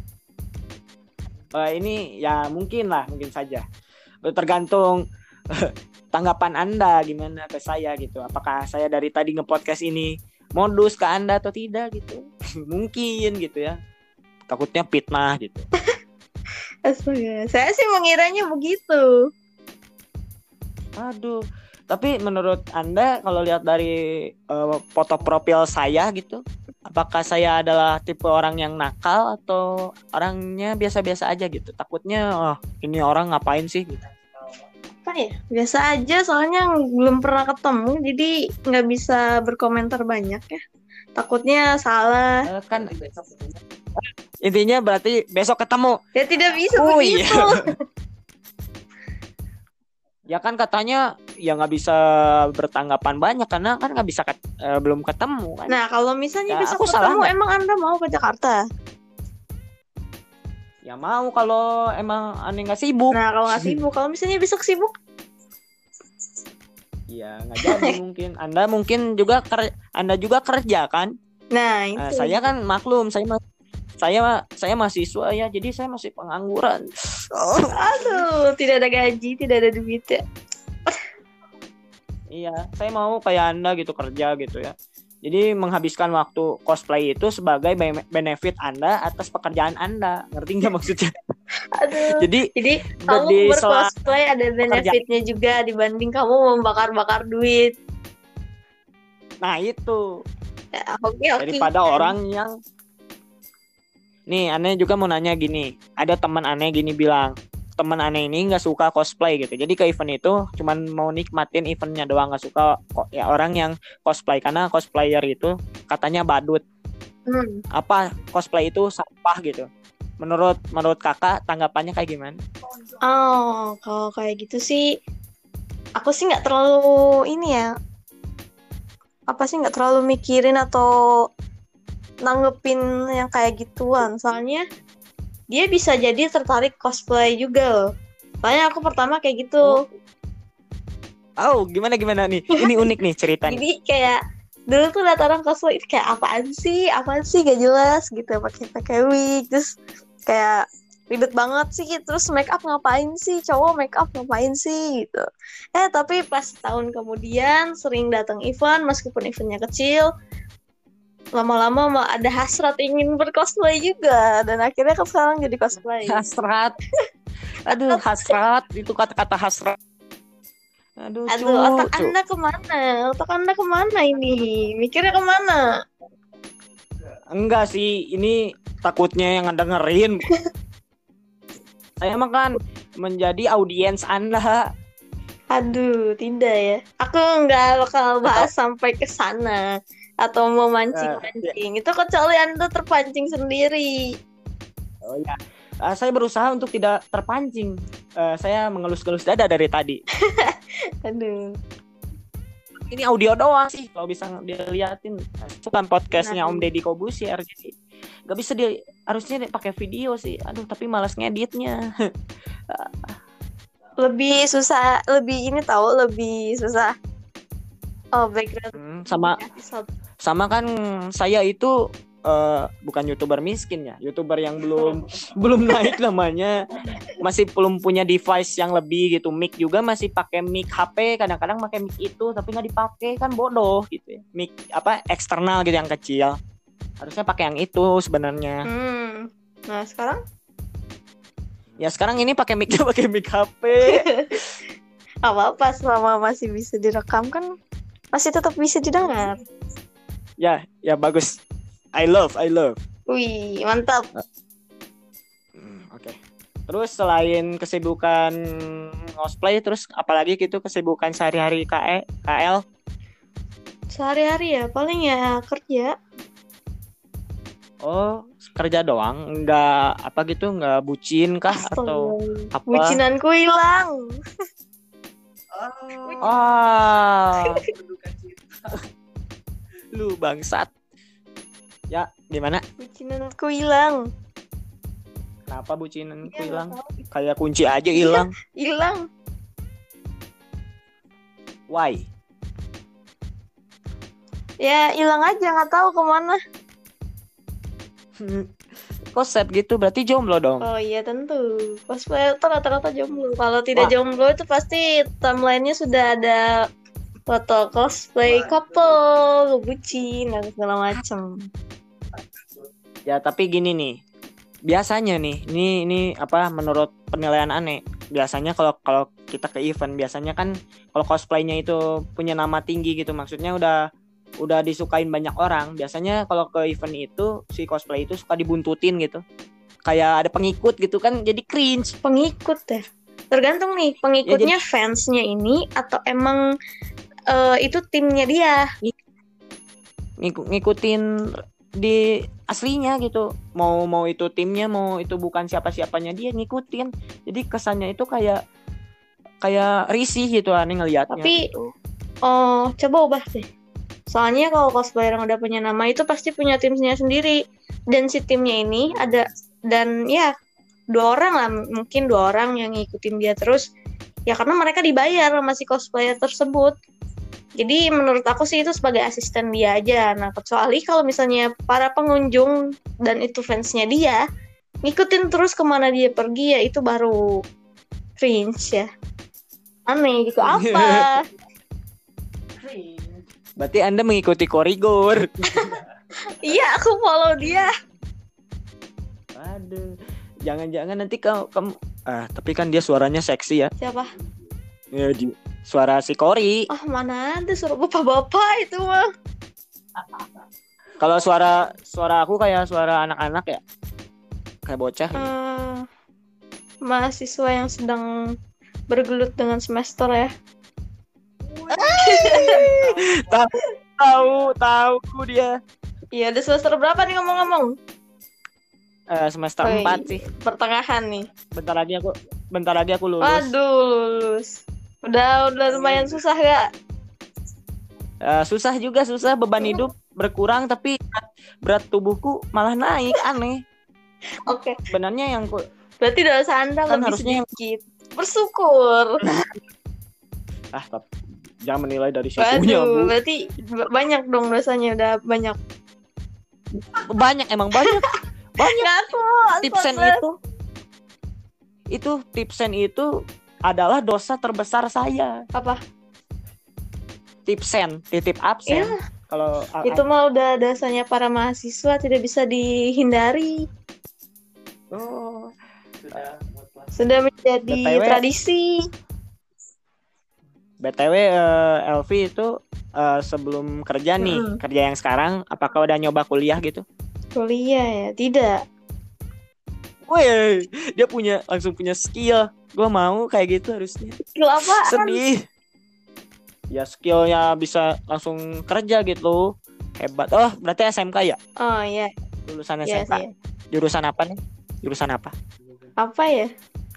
Speaker 1: Eh, ini ya mungkin lah, mungkin saja. Tergantung tanggapan Anda gimana ke saya gitu. Apakah saya dari tadi nge-podcast ini modus ke Anda atau tidak gitu. Mungkin gitu ya. Takutnya fitnah gitu.
Speaker 2: Astaga, saya sih mengiranya begitu.
Speaker 1: Aduh. Tapi menurut Anda kalau lihat dari uh, foto profil saya gitu, apakah saya adalah tipe orang yang nakal atau orangnya biasa-biasa aja gitu? Takutnya oh, ini orang ngapain sih gitu.
Speaker 2: Apa ya? Biasa aja, soalnya belum pernah ketemu, jadi nggak bisa berkomentar banyak ya. Takutnya salah.
Speaker 1: Uh, kan intinya berarti besok ketemu.
Speaker 2: Ya tidak bisa
Speaker 1: Oh,
Speaker 2: begitu.
Speaker 1: iya. Ya kan katanya ya nggak bisa bertanggapan banyak karena kan nggak bisa ket, uh, belum ketemu kan.
Speaker 2: Nah, kalau misalnya
Speaker 1: Ya,
Speaker 2: bisa
Speaker 1: aku salah
Speaker 2: ketemu,
Speaker 1: nggak?
Speaker 2: emang Anda mau ke Jakarta?
Speaker 1: Ya mau kalau emang aneh nggak sibuk.
Speaker 2: Nah, kalau nggak sibuk, kalau misalnya besok sibuk,
Speaker 1: Ya nggak jadi mungkin. Anda mungkin juga ker- Anda juga kerja kan.
Speaker 2: nah itu.
Speaker 1: Nah, saya kan maklum, saya ma- saya saya mahasiswa ya, jadi saya masih pengangguran. Oh.
Speaker 2: Aduh, tidak ada gaji, tidak ada duit ya.
Speaker 1: Iya, saya mau kayak Anda gitu kerja gitu ya. Jadi menghabiskan waktu cosplay itu sebagai be- benefit Anda atas pekerjaan Anda. Ngerti nggak maksudnya?
Speaker 2: Aduh.
Speaker 1: Jadi
Speaker 2: Jadi
Speaker 1: di
Speaker 2: kamu
Speaker 1: sela-
Speaker 2: bercosplay ada benefitnya juga dibanding kamu membakar-bakar duit.
Speaker 1: nah itu
Speaker 2: Ya, oke oke.
Speaker 1: daripada orang yang nih aneh juga mau nanya gini. Ada teman aneh gini bilang, teman aneh ini nggak suka cosplay gitu. Jadi ke event itu cuman mau nikmatin eventnya doang, nggak suka kok ya orang yang cosplay karena cosplayer itu katanya badut.
Speaker 2: Hmm.
Speaker 1: Apa cosplay itu sampah gitu. Menurut menurut kakak tanggapannya kayak gimana?
Speaker 2: Oh, kalau kayak gitu sih, aku sih nggak terlalu ini ya. Apa sih nggak terlalu mikirin atau nanggepin yang kayak gituan. Soalnya dia bisa jadi tertarik cosplay juga loh. Soalnya aku pertama kayak gitu.
Speaker 1: Oh, gimana gimana nih? Ini unik nih ceritanya.
Speaker 2: Jadi kayak dulu tuh liat orang cosplay itu kayak apaan sih, apaan sih gak jelas gitu, pakai pakai wig, terus kayak ribet banget sih, terus make up ngapain sih, cowok make up ngapain sih gitu. Eh tapi pas tahun kemudian sering datang event, meskipun eventnya kecil, lama-lama mah ada hasrat ingin bercosplay juga, dan akhirnya kan sekarang jadi cosplay.
Speaker 1: Hasrat. Aduh, hasrat itu kata-kata hasrat. Aduh,
Speaker 2: Aduh,
Speaker 1: cu,
Speaker 2: otak
Speaker 1: cu.
Speaker 2: Anda kemana? Otak Anda kemana ini? Mikirnya kemana?
Speaker 1: Enggak sih, ini takutnya yang dengerin. Saya mah kan menjadi audiens Anda.
Speaker 2: Aduh, tidak ya. Aku nggak bakal bahas sampai ke sana atau mau mancing-mancing. Itu kecuali Anda terpancing sendiri.
Speaker 1: Oh ya. Uh, saya berusaha untuk tidak terpancing. Uh, saya mengelus-gelus dada dari tadi.
Speaker 2: Aduh.
Speaker 1: Ini audio doang sih, kalau bisa diliatin. Itu kan podcastnya
Speaker 2: Nah.
Speaker 1: Om Deddy Kobusier, jadi nggak bisa dia, harusnya dia pakai video sih. Aduh, tapi malas ngeditnya.
Speaker 2: Lebih susah, lebih ini tahu, lebih susah. Oh, background.
Speaker 1: Hmm, sama
Speaker 2: episode.
Speaker 1: sama kan saya itu Uh, bukan YouTuber miskin ya, YouTuber yang belum belum naik namanya, masih belum punya device yang lebih gitu, mic juga masih pakai mic H P, kadang-kadang pakai mic itu tapi nggak dipakai, kan bodoh gitu ya. Mic apa eksternal gitu yang kecil, harusnya pakai yang itu sebenarnya.
Speaker 2: Hmm. Nah sekarang?
Speaker 1: Ya sekarang ini pakai micnya pakai mic H P.
Speaker 2: Apa-apa selama masih bisa direkam kan masih tetap bisa didengar.
Speaker 1: Ya, ya bagus. I love, I love.
Speaker 2: Wih, mantap.
Speaker 1: Hmm, Oke. Okay. Terus selain kesibukan cosplay, terus apalagi gitu kesibukan sehari-hari K E, K L?
Speaker 2: Sehari-hari ya, paling ya kerja.
Speaker 1: Oh, kerja doang? Enggak apa gitu, enggak bucin kah atau apa?
Speaker 2: Bucinanku hilang.
Speaker 1: Ah. Lu bangsat. Ya, gimana?
Speaker 2: Bucinanku hilang.
Speaker 1: Kenapa bucinanku
Speaker 2: Ya,
Speaker 1: hilang?
Speaker 2: nggak tahu.
Speaker 1: Kayak kunci aja hilang.
Speaker 2: Hilang.
Speaker 1: Why?
Speaker 2: Ya hilang aja, nggak tahu kemana.
Speaker 1: Kok sad gitu? Berarti jomblo dong.
Speaker 2: Oh iya tentu. Cosplayer tuh rata-rata jomblo. Kalau tidak
Speaker 1: Wah.
Speaker 2: jomblo itu pasti timelinenya sudah ada foto cosplay couple, bucin dan segala macam.
Speaker 1: Ya, tapi gini nih. Biasanya nih, ini ini apa menurut penilaian aneh. Biasanya kalau kalau kita ke event, biasanya kan kalau cosplaynya itu punya nama tinggi gitu, maksudnya udah udah disukain banyak orang. Biasanya kalau ke event itu si cosplay itu suka dibuntutin gitu. Kayak ada pengikut gitu kan, jadi cringe.
Speaker 2: Pengikut ya. Tergantung nih, pengikutnya
Speaker 1: Ya,
Speaker 2: fansnya ini atau emang eh, itu timnya dia.
Speaker 1: Ngik- ngikutin di aslinya gitu, mau mau itu timnya, mau itu bukan siapa-siapanya, dia ngikutin, jadi kesannya itu kayak kayak risih gitu aneh ngelihatnya.
Speaker 2: Tapi
Speaker 1: gitu.
Speaker 2: oh coba ubah deh. Soalnya kalau cosplayer yang udah punya nama itu pasti punya timnya sendiri, dan si timnya ini ada, dan ya dua orang lah, mungkin dua orang yang ngikutin dia terus ya, karena mereka dibayar sama si cosplayer tersebut. Jadi menurut aku sih itu sebagai asisten dia aja. Nah, kecuali kalau misalnya para pengunjung dan itu fansnya dia ngikutin terus kemana dia pergi, ya itu baru cringe ya. Aneh gitu apa?
Speaker 1: Berarti Anda mengikuti koridor.
Speaker 2: Iya, aku follow dia.
Speaker 1: Aduh, jangan-jangan nanti kamu, kamu ah tapi kan dia suaranya seksi ya.
Speaker 2: Siapa?
Speaker 1: Ya, di suara si Kori.
Speaker 2: Ah, mana ada suara bapak-bapak itu mah.
Speaker 1: Kalau suara suara aku kayak suara anak-anak ya, kayak bocah. Gitu.
Speaker 2: Eh, mahasiswa yang sedang bergelut dengan semester ya.
Speaker 1: tahu tahu tahu dia.
Speaker 2: Iya, ada semester berapa nih ngomong-ngomong?
Speaker 1: Eh, semester
Speaker 2: Woi,
Speaker 1: empat sih.
Speaker 2: Pertengahan nih.
Speaker 1: Bentar lagi aku bentar lagi aku lulus.
Speaker 2: Waduh, lulus. Udah udah lumayan susah gak?
Speaker 1: Eh, susah juga, susah, beban hidup berkurang tapi berat tubuhku malah naik, aneh.
Speaker 2: Oke.
Speaker 1: Sebenarnya yang ku,
Speaker 2: Berarti dosa Anda
Speaker 1: Kan
Speaker 2: lebih
Speaker 1: harusnya yang-
Speaker 2: sedikit. Bersyukur.
Speaker 1: ah tapi jangan menilai dari situnya,
Speaker 2: Waduh,
Speaker 1: Bu.
Speaker 2: berarti b- banyak dong dosanya, udah banyak.
Speaker 1: Banyak, emang banyak. Banyak.
Speaker 2: Ngaku,
Speaker 1: Tipsen itu itu tipsen itu adalah dosa terbesar saya.
Speaker 2: apa?
Speaker 1: Tipsen, titip absen.
Speaker 2: Iya.
Speaker 1: Kalau a-
Speaker 2: Itu mah udah dosanya para mahasiswa, tidak bisa dihindari.
Speaker 1: oh,
Speaker 2: Sudah menjadi
Speaker 1: B T W.
Speaker 2: tradisi.
Speaker 1: B T W eh, Elvi itu eh, sebelum kerja nih,
Speaker 2: Mm-mm.
Speaker 1: kerja yang sekarang, apakah udah nyoba kuliah gitu?
Speaker 2: Kuliah ya, tidak.
Speaker 1: Wih, dia punya langsung punya skill. Gua mau kayak gitu harusnya.
Speaker 2: Skill apaan?
Speaker 1: Sedih. Ya skillnya bisa langsung kerja gitu. Hebat. Oh, berarti S M K ya?
Speaker 2: Oh iya,
Speaker 1: Lulusan
Speaker 2: iya
Speaker 1: S M K.
Speaker 2: sih.
Speaker 1: Jurusan apa nih? Jurusan apa?
Speaker 2: Apa ya?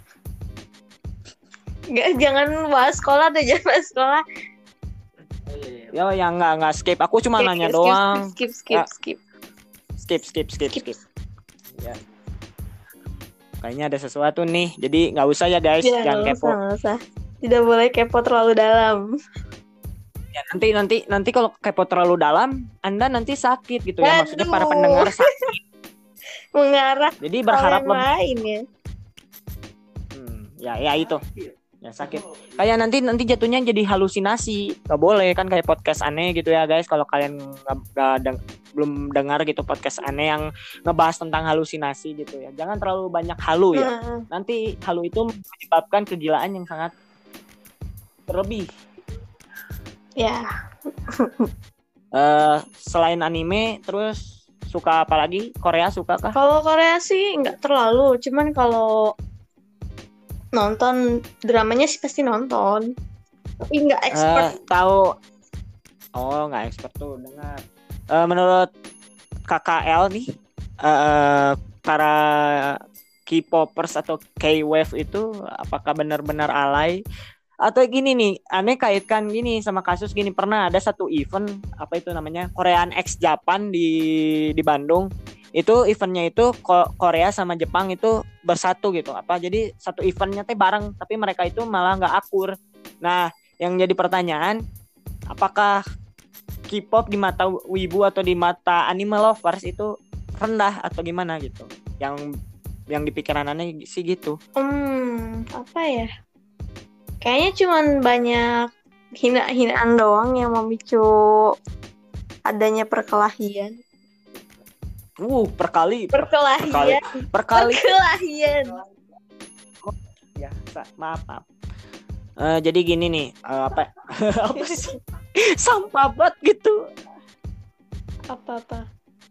Speaker 2: Nggak, jangan bahas sekolah deh, jangan bahas sekolah.
Speaker 1: Ya yang enggak enggak skip. Aku cuma
Speaker 2: Skip,
Speaker 1: nanya
Speaker 2: skip,
Speaker 1: doang.
Speaker 2: Skip, skip,
Speaker 1: Ya.
Speaker 2: skip.
Speaker 1: Skip skip skip
Speaker 2: Skip.
Speaker 1: skip. Ya. Kayaknya ada sesuatu nih. Jadi nggak usah ya guys,
Speaker 2: Ya,
Speaker 1: jangan
Speaker 2: nggak
Speaker 1: kepo.
Speaker 2: usah, nggak usah. Tidak boleh kepo terlalu dalam.
Speaker 1: Ya, nanti nanti nanti kalau kepo terlalu dalam, Anda nanti sakit gitu ya. Maksudnya para
Speaker 2: Aduh.
Speaker 1: pendengar sakit.
Speaker 2: Mengarah
Speaker 1: Jadi
Speaker 2: hal
Speaker 1: berharap
Speaker 2: yang
Speaker 1: lebih.
Speaker 2: lain ya.
Speaker 1: Hmm, ya ya itu. Ya sakit. Kayak nanti nanti jatuhnya jadi halusinasi. Gak boleh kan kayak podcast aneh gitu ya guys. Kalau kalian nggak nggak deng- belum dengar gitu podcast aneh yang ngebahas tentang halusinasi gitu ya. Jangan terlalu banyak halu ya.
Speaker 2: Heeh.
Speaker 1: Nanti halu itu menyebabkan kegilaan yang sangat berlebih.
Speaker 2: Ya,
Speaker 1: Eh selain anime, terus suka apa lagi? Korea suka kah?
Speaker 2: kalau Korea sih nggak terlalu. Cuman kalau nonton dramanya sih pasti nonton. Tapi nggak expert.
Speaker 1: Eh tahu? Oh nggak expert tuh dengar. Eh, menurut K K L nih, eh para K-popers atau K-wave itu apakah benar-benar alay? Atau gini nih, aneh kaitkan gini sama kasus gini, pernah ada satu event apa itu namanya Korean X Japan di di Bandung. Itu eventnya itu Ko- Korea sama Jepang itu bersatu gitu. Apa jadi satu eventnya teh bareng, tapi mereka itu malah nggak akur. Nah, yang jadi pertanyaan, apakah K-pop di mata wibu atau di mata anime lovers itu rendah atau gimana gitu? Yang yang di pikiran aneh sih gitu.
Speaker 2: Hmm, apa ya? Kayaknya cuman banyak hina-hinaan doang yang memicu adanya perkelahian.
Speaker 1: Uh, perkali, per- perkali,
Speaker 2: Perkelahian.
Speaker 1: perkali.
Speaker 2: Perkelahian.
Speaker 1: Ya, sa- maaf, maaf. Eh, jadi gini nih, eh, apa apa sih? Sampah banget gitu.
Speaker 2: Apa-apa?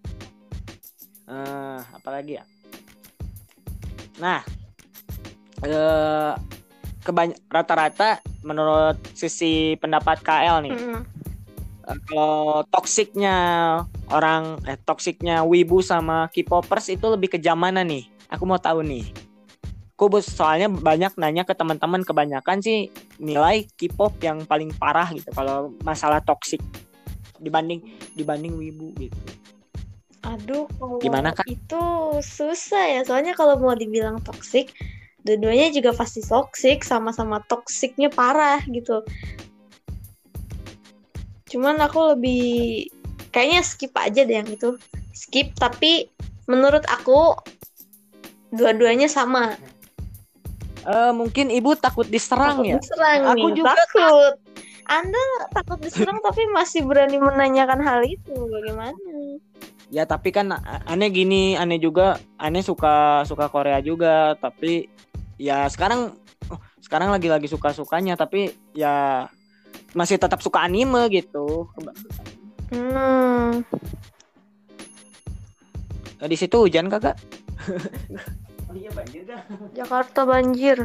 Speaker 1: Eh, apa lagi ya? Nah, eh kebany- rata-rata menurut sisi pendapat K L nih,
Speaker 2: Mm-mm.
Speaker 1: eh, kalau toksiknya orang eh toksiknya wibu sama K-popers itu lebih ke jam mana nih? Aku mau tahu nih. Aku bos- soalnya banyak nanya ke teman-teman, kebanyakan sih nilai K-pop yang paling parah gitu kalau masalah toksik dibanding dibanding wibu gitu.
Speaker 2: Aduh, kalau
Speaker 1: Gimana, Kak?
Speaker 2: itu susah ya. Soalnya kalau mau dibilang toksik, dua-duanya juga pasti toksik, sama-sama toksiknya parah gitu. Cuman aku lebih kayaknya skip aja deh yang itu. Skip, tapi menurut aku dua-duanya sama.
Speaker 1: Eh mungkin ibu takut diserang
Speaker 2: Takut
Speaker 1: ya?
Speaker 2: diserang
Speaker 1: Aku
Speaker 2: nih,
Speaker 1: juga
Speaker 2: takut. Anda takut diserang tapi masih berani menanyakan hal itu. Bagaimana?
Speaker 1: Ya tapi kan a- aneh gini, aneh juga, aneh suka suka Korea juga, tapi ya sekarang oh, sekarang lagi-lagi suka-sukanya, tapi ya masih tetap suka anime gitu.
Speaker 2: Hmm.
Speaker 1: Eh, Di situ hujan kagak? Oh iya banjir kan?
Speaker 2: Jakarta banjir.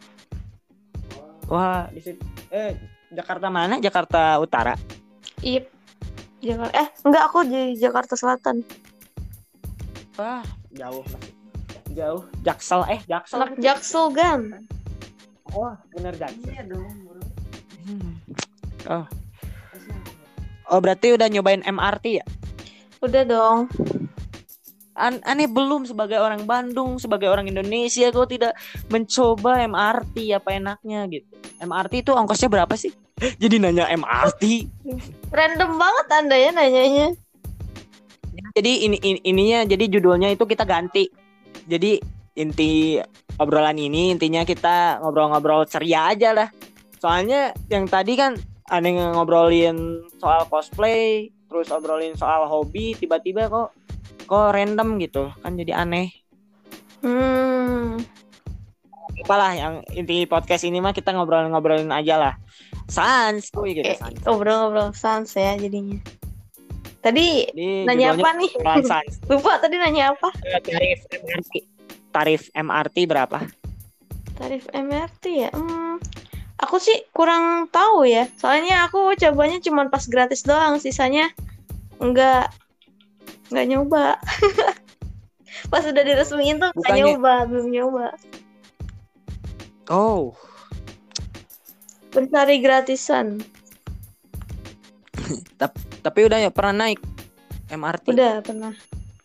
Speaker 1: Wah di situ eh Jakarta mana? Jakarta Utara.
Speaker 2: Iya. Jakarta. Eh, enggak, aku di Jakarta Selatan.
Speaker 1: Wah jauh masih jauh. Jaksel eh Jaksel.
Speaker 2: Anak Jaksel kan.
Speaker 1: Oh bener Jaksel. Iya dong. Hmm. Oh. Oh berarti udah nyobain M R T ya?
Speaker 2: Udah dong.
Speaker 1: An- aneh belum sebagai orang Bandung, sebagai orang Indonesia kok tidak mencoba M R T apa enaknya gitu. M R T itu ongkosnya berapa sih? Jadi nanya M R T.
Speaker 2: Random banget Anda ya nanyanya.
Speaker 1: Jadi ini, ini ininya jadi judulnya itu kita ganti. Jadi inti obrolan ini intinya kita ngobrol-ngobrol ceria aja lah. Soalnya yang tadi kan aneh ngobrolin soal cosplay, terus obrolin soal hobi, tiba-tiba kok kok random gitu kan jadi aneh.
Speaker 2: Hmm.
Speaker 1: Apalah yang inti podcast ini mah kita ngobrol-ngobrolin aja lah. Sans, kuy gitu
Speaker 2: Eh,
Speaker 1: sans.
Speaker 2: ngobrol-ngobrol sans ya jadinya. Tadi
Speaker 1: Jadi
Speaker 2: nanya
Speaker 1: judulnya
Speaker 2: apa nih?
Speaker 1: obrolan sans.
Speaker 2: Lupa tadi nanya apa?
Speaker 1: Eh, Tarif M R T. Tarif M R T berapa?
Speaker 2: Tarif M R T ya? Hmm. Aku sih kurang tahu ya. Soalnya aku cobanya cuma pas gratis doang, sisanya enggak enggak nyoba. Pas udah diresmiin tuh nggak
Speaker 1: Bukannya-
Speaker 2: nyoba, belum nyoba.
Speaker 1: Oh,
Speaker 2: Pencari gratisan.
Speaker 1: tapi udah ya pernah naik M R T.
Speaker 2: Udah pernah.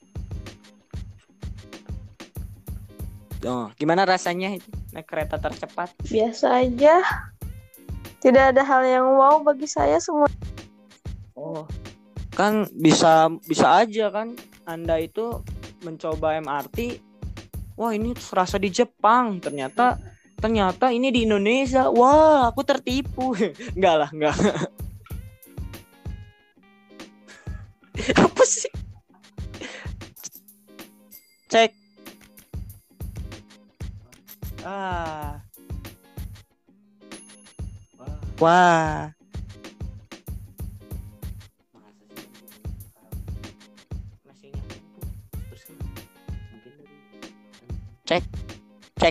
Speaker 1: Oh, gimana rasanya itu naik kereta tercepat?
Speaker 2: Biasa aja. Tidak ada hal yang wow bagi saya semua.
Speaker 1: Oh, kan bisa bisa aja kan Anda itu mencoba M R T. Wah, ini serasa di Jepang. Ternyata ternyata ini di Indonesia. Wah, aku tertipu. Enggak lah, enggak. Apa sih? Cek. Ah. Wah. Cek. Cek.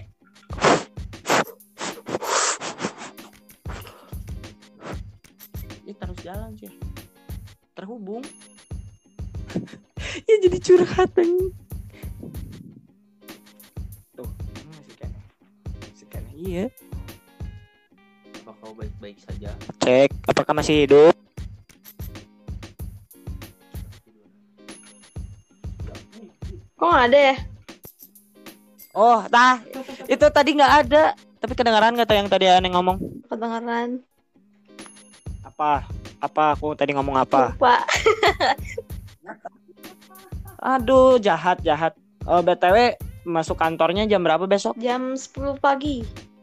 Speaker 1: Ini terus jalan sih. Terhubung. Ya jadi curhatan. Tuh, masih kena. Masih kena. Iya.
Speaker 3: Apa kau baik-baik saja?
Speaker 1: Cek, apakah masih hidup?
Speaker 2: Kok nggak ada ya?
Speaker 1: Oh, tah. Itu tadi nggak ada. Tapi kedengaran nggak tuh yang tadi aneh ngomong?
Speaker 2: Kedengeran.
Speaker 1: Apa? Apa aku tadi ngomong apa?
Speaker 2: Lupa.
Speaker 1: Aduh, jahat, jahat. Oh, B T W masuk kantornya jam berapa besok?
Speaker 2: Jam sepuluh pagi.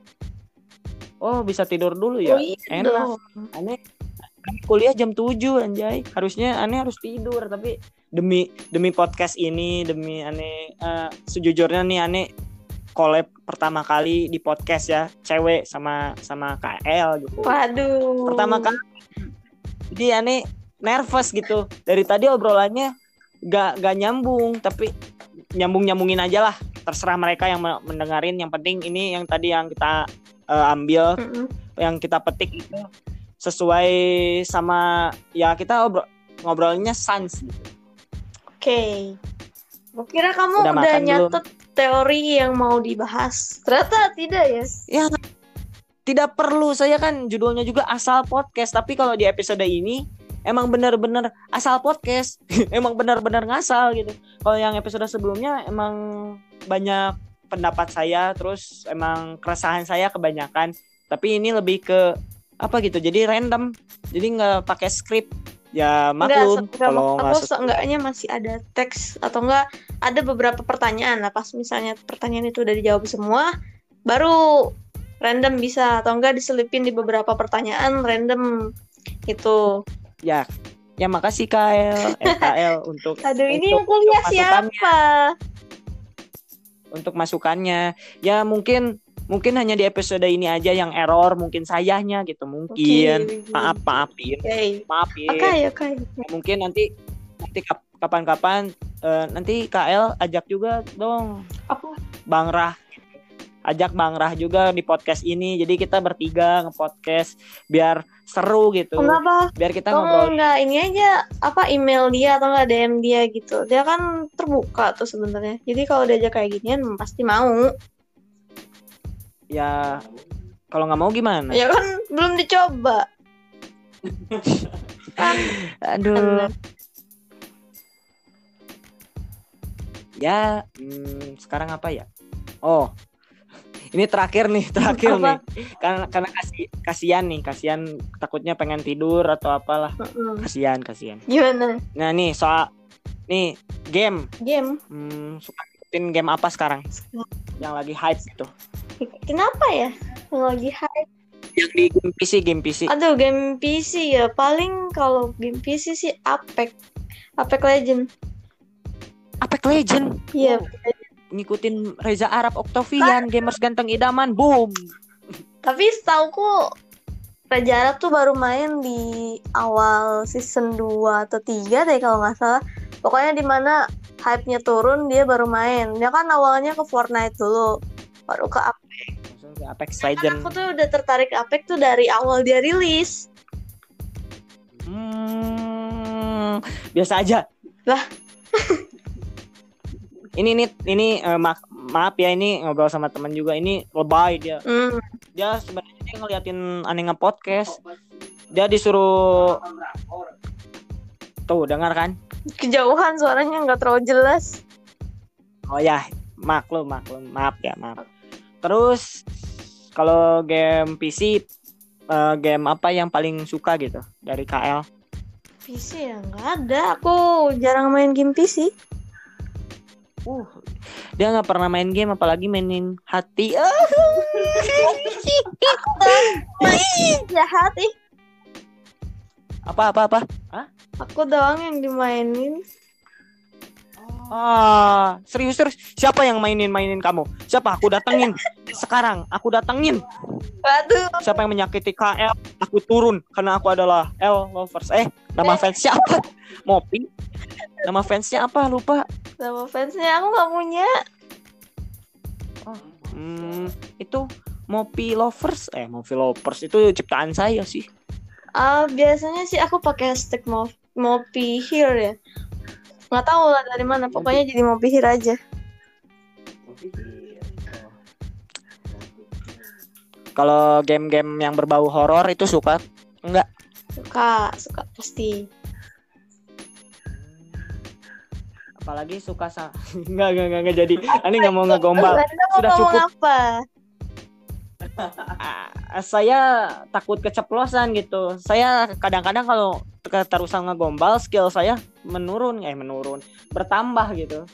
Speaker 1: Oh, bisa tidur dulu ya?
Speaker 2: Oh iya
Speaker 1: Enak.
Speaker 2: dong.
Speaker 1: Aneh, aneh kuliah jam tujuh anjay. Harusnya aneh harus tidur, tapi demi demi podcast ini, demi aneh eh, sejujurnya nih aneh collab pertama kali di podcast ya, cewek sama sama K L gitu.
Speaker 2: Waduh.
Speaker 1: Pertama kali. Jadi aneh nervous gitu. Dari tadi obrolannya gak gak nyambung, tapi nyambung nyambungin aja lah. Terserah mereka yang mendengarin. Yang penting ini yang tadi yang kita uh, ambil,
Speaker 2: Mm-mm.
Speaker 1: yang kita petik itu sesuai sama ya kita obrol ngobrolnya sans gitu.
Speaker 2: Oke. Gue kira kamu
Speaker 1: Udah
Speaker 2: udah,
Speaker 1: makan
Speaker 2: nyatet teori yang mau dibahas. Ternyata tidak ya.
Speaker 1: Ya tidak perlu, saya kan judulnya juga asal podcast. Tapi kalau di episode ini emang benar-benar asal podcast. Emang benar-benar ngasal gitu. Kalau yang episode sebelumnya emang banyak pendapat saya, terus emang keresahan saya kebanyakan. Tapi ini lebih ke apa gitu, jadi random, jadi nggak pakai skrip. Ya maklum
Speaker 2: Enggak,
Speaker 1: kalau
Speaker 2: aku
Speaker 1: nggak
Speaker 2: seenggaknya masih ada teks atau enggak ada beberapa pertanyaan lah. Pas misalnya pertanyaan itu udah dijawab semua, baru random bisa, atau enggak diselipin di beberapa pertanyaan random gitu.
Speaker 1: ya ya makasih K L eh, K L untuk
Speaker 2: Aduh, ini
Speaker 1: untuk-
Speaker 2: yang kuliah
Speaker 1: untuk masukannya.
Speaker 2: siapa?
Speaker 1: Untuk masukannya ya mungkin mungkin hanya di episode ini aja yang error, mungkin sayanya gitu, mungkin
Speaker 2: Oke.
Speaker 1: maaf maafin
Speaker 2: Oke.
Speaker 1: maafin
Speaker 2: Oke, oke.
Speaker 1: mungkin nanti nanti kap- kapan-kapan eh, nanti K L ajak juga dong
Speaker 2: Apa?
Speaker 1: Bang Rah, ajak Bang Rah juga di podcast ini, jadi kita bertiga nge-podcast biar seru gitu,
Speaker 2: Kenapa?
Speaker 1: biar kita
Speaker 2: Kamu
Speaker 1: ngobrol.
Speaker 2: enggak ini aja apa email dia atau enggak D M dia gitu. Dia kan terbuka tuh sebenarnya. Jadi kalau diajak kayak ginian pasti mau.
Speaker 1: Ya kalau nggak mau gimana?
Speaker 2: Ya kan belum dicoba. Kan
Speaker 1: Aduh. Ya, hmm, sekarang apa ya? Oh, ini terakhir nih, terakhir
Speaker 2: Apa?
Speaker 1: nih. Karena karena kasih kasihan nih, kasihan takutnya pengen tidur atau apalah.
Speaker 2: Mm-mm.
Speaker 1: Kasihan, kasihan.
Speaker 2: Gimana?
Speaker 1: Nah nih soal nih game,
Speaker 2: Game.
Speaker 1: hmm, suka ikutin game apa sekarang? Yang lagi hype gitu.
Speaker 2: Kenapa ya? Yang lagi hype.
Speaker 1: Yang di game P C, game P C.
Speaker 2: Aduh, game P C ya. Paling kalau game P C sih Apex. Apex Legend.
Speaker 1: Apex Legend.
Speaker 2: Iya.
Speaker 1: Ngikutin Reza Arab Octavian, gamers ganteng idaman, boom.
Speaker 2: Tapi setauku Raja Arab tuh baru main di awal season dua atau tiga deh kalau nggak salah. Pokoknya di mana hype-nya turun dia baru main. Dia kan awalnya ke Fortnite dulu, baru ke Apex.
Speaker 1: Langsung ke Apex
Speaker 2: Kan
Speaker 1: Legend.
Speaker 2: aku tuh udah tertarik Apex tuh dari awal dia rilis.
Speaker 1: Hmm, biasa aja.
Speaker 2: Lah.
Speaker 1: ini nih ini uh, ma- maaf ya ini ngobrol sama teman juga ini lebay dia.
Speaker 2: Hmm.
Speaker 1: Dia sebenarnya dia ngeliatin aneh nge-podcast. Dia disuruh tuh dengar kan?
Speaker 2: Kejauhan suaranya nggak terlalu jelas.
Speaker 1: Oh ya, maklum maklum maaf ya maaf. Terus kalau game P C uh, game apa yang paling suka gitu dari K L?
Speaker 2: P C ya nggak ada. Aku jarang main game P C.
Speaker 1: Uh, dia nggak pernah main game, apalagi mainin hati. Ah.
Speaker 2: Jahat ih.
Speaker 1: Apa apa apa? Hah?
Speaker 2: Aku doang yang dimainin.
Speaker 1: Ah, serius serius. Siapa yang mainin mainin kamu? Siapa? Aku datengin. Sekarang aku datengin.
Speaker 2: Waduh.
Speaker 1: Siapa yang menyakiti K L? Aku turun karena aku adalah L lovers. Eh, nama fansnya apa? Mopi. Nama fansnya apa? Lupa.
Speaker 2: Nama fansnya aku nggak punya.
Speaker 1: Oh, hmm, itu Mopi lovers. Eh, Mopi lovers itu ciptaan saya sih.
Speaker 2: Uh, biasanya sih aku pakai hashtag Mo- Mopi Here ya. Nggak tahu lah dari mana. Pokoknya jadi Mopi Here aja.
Speaker 1: Kalau game-game yang berbau horor itu suka? Enggak.
Speaker 2: Suka, suka pasti.
Speaker 1: Apalagi suka sa enggak enggak enggak, enggak jadi. Ani enggak mau ngegombal.
Speaker 2: Anda mau
Speaker 1: Sudah
Speaker 2: ngomong
Speaker 1: cukup.
Speaker 2: apa?
Speaker 1: Ah, saya takut keceplosan gitu. Saya kadang-kadang kalau keterusan ngegombal skill saya menurun, eh menurun, bertambah gitu.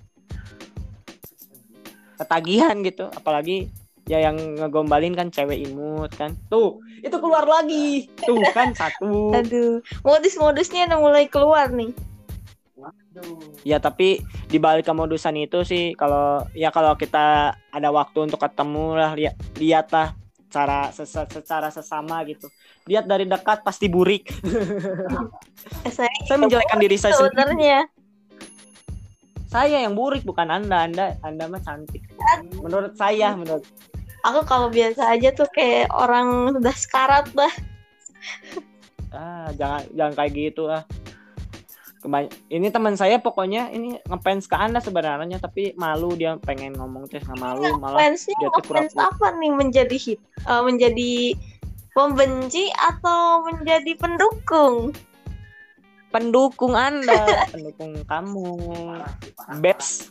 Speaker 1: Ketagihan gitu, apalagi ya yang ngegombalin kan cewek imut kan. Tuh, itu keluar lagi. Tuh kan satu.
Speaker 2: Aduh, modus-modusnya udah mulai keluar nih.
Speaker 1: Ya tapi di balik kemodusan itu sih kalau ya kalau kita ada waktu untuk ketemu lah lihat lihatlah cara ses- secara sesama gitu. Lihat dari dekat pasti burik.
Speaker 2: Eh, saya
Speaker 1: Saya menjelekkan diri saya sendiri.
Speaker 2: sebenarnya.
Speaker 1: Saya yang burik bukan Anda. Anda Anda mah cantik. Menurut saya, menurut
Speaker 2: Aku kalau biasa aja tuh kayak orang udah sekarat dah.
Speaker 1: ah jangan jangan kayak gitu ah. Kebany- ini teman saya pokoknya ini ngefans ke Anda sebenarnya tapi malu dia pengen ngomong teh nggak malu malah
Speaker 2: Fansnya
Speaker 1: dia tuh
Speaker 2: fans
Speaker 1: pura-pura
Speaker 2: apa nih menjadi hit, uh, menjadi pembenci atau menjadi pendukung?
Speaker 1: pendukung Anda, pendukung kamu. Babes.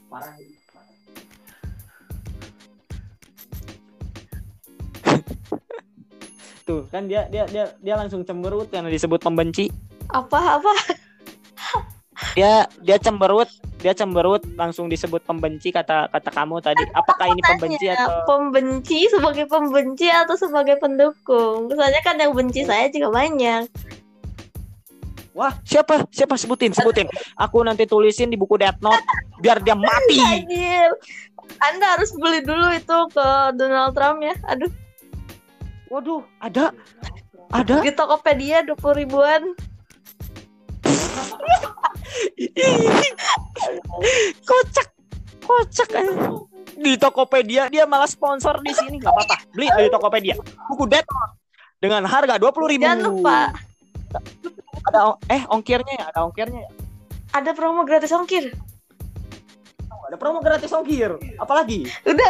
Speaker 1: Tuh kan dia dia dia dia langsung cemberut karena disebut pembenci.
Speaker 2: Apa-apa?
Speaker 1: Dia dia cemberut, dia cemberut langsung disebut pembenci kata kata kamu tadi. Apakah ini pembenci atau
Speaker 2: Pembenci sebagai pembenci atau sebagai pendukung? Soalnya kan yang benci saya juga banyak.
Speaker 1: wah, siapa? Siapa sebutin, sebutin. Aku nanti tulisin di buku Death Note biar dia mati.
Speaker 2: Anjir. Anda harus beli dulu itu ke Donald Trump ya. Aduh,
Speaker 1: Waduh, ada. Ada.
Speaker 2: di Tokopedia dua puluh ribuan.
Speaker 1: Kocak. Kocak eh. Di Tokopedia dia malah sponsor di sini. Enggak apa-apa. Beli di Tokopedia. Buku Death Note dengan harga dua puluh ribu.
Speaker 2: Jangan lupa
Speaker 1: Ada on- eh ongkirnya ya, ada ongkirnya ya.
Speaker 2: ada promo gratis ongkir.
Speaker 1: Ada promo gratis ongkir. Apalagi?
Speaker 2: Udah.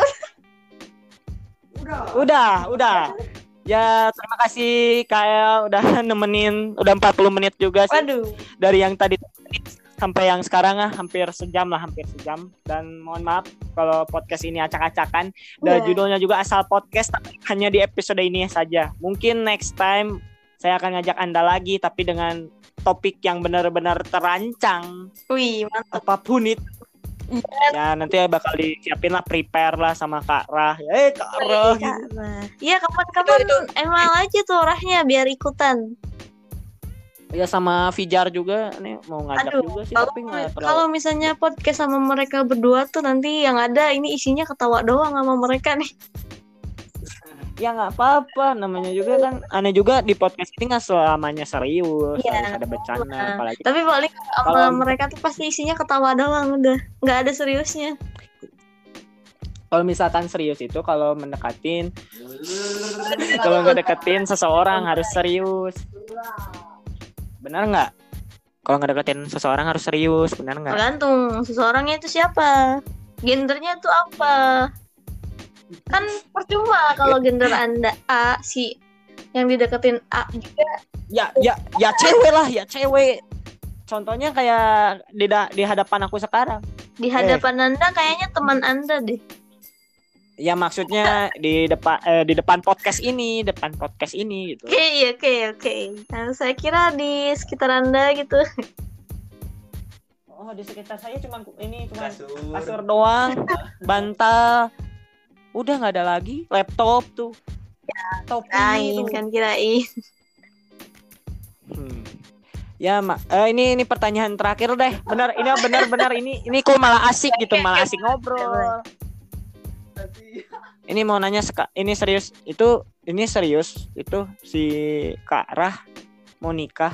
Speaker 1: Udah, udah. Ya, terima kasih K L udah nemenin udah empat puluh menit juga sih.
Speaker 2: Waduh.
Speaker 1: Dari yang tadi sampai yang sekarang ah hampir sejam lah, hampir sejam. Dan mohon maaf kalau podcast ini acak-acakan. Dan
Speaker 2: Iya.
Speaker 1: judulnya juga asal podcast tapi hanya di episode ini saja. Mungkin next time saya akan ngajak Anda lagi tapi dengan topik yang benar-benar terancang.
Speaker 2: Wih, mantap.
Speaker 1: Apapun itu. Ya nanti bakal disiapin lah, prepare lah sama Kak Rah. Eh Kak Rah.
Speaker 2: Iya, kapan-kapan emal aja tuh orangnya biar ikutan.
Speaker 1: Ya sama Fijar juga nih mau ngajak
Speaker 2: Aduh,
Speaker 1: juga sih
Speaker 2: kalau
Speaker 1: tapi nggak terlalu.
Speaker 2: kalau misalnya podcast sama mereka berdua tuh nanti yang ada ini isinya ketawa doang sama mereka nih.
Speaker 1: Ya nggak apa-apa, namanya juga kan aneh juga di podcast ini nggak selamanya serius,
Speaker 2: Iya,
Speaker 1: harus ada bercanda
Speaker 2: benar.
Speaker 1: apalagi.
Speaker 2: Tapi paling sama
Speaker 1: Kalau-
Speaker 2: mereka tuh pasti isinya ketawa doang udah, nggak ada seriusnya.
Speaker 1: Kalau misalkan serius itu kalau mendekatin, kalau ngedeketin seseorang harus serius. Benar nggak? Kalau ngedeketin seseorang harus serius, benar nggak?
Speaker 2: Tergantung seseorangnya itu siapa, gendernya itu apa. Kan percuma kalau gender Anda A, si yang dideketin A juga.
Speaker 1: Ya, ya, ya cewek lah, ya cewek. Contohnya kayak di da- di hadapan aku sekarang.
Speaker 2: Di hadapan Anda kayaknya teman Anda deh.
Speaker 1: Ya maksudnya di depan eh, di depan podcast ini, depan podcast ini gitu.
Speaker 2: Oke, oke, oke. Nah, saya kira di sekitar Anda gitu.
Speaker 1: Oh, di sekitar saya cuma ini cuma
Speaker 3: Kasur.
Speaker 1: kasur doang, bantal. Udah nggak ada lagi. Laptop tuh. Topi
Speaker 2: Kirain
Speaker 1: tuh.
Speaker 2: kan kirain.
Speaker 1: Hmm. Ya, mak. Eh, ini ini pertanyaan terakhir deh. Benar, ini benar-benar ini ini kok malah asik gitu, malah asik ngobrol. Ini mau nanya seka, ini serius itu ini serius itu si Kak Rah mau nikah.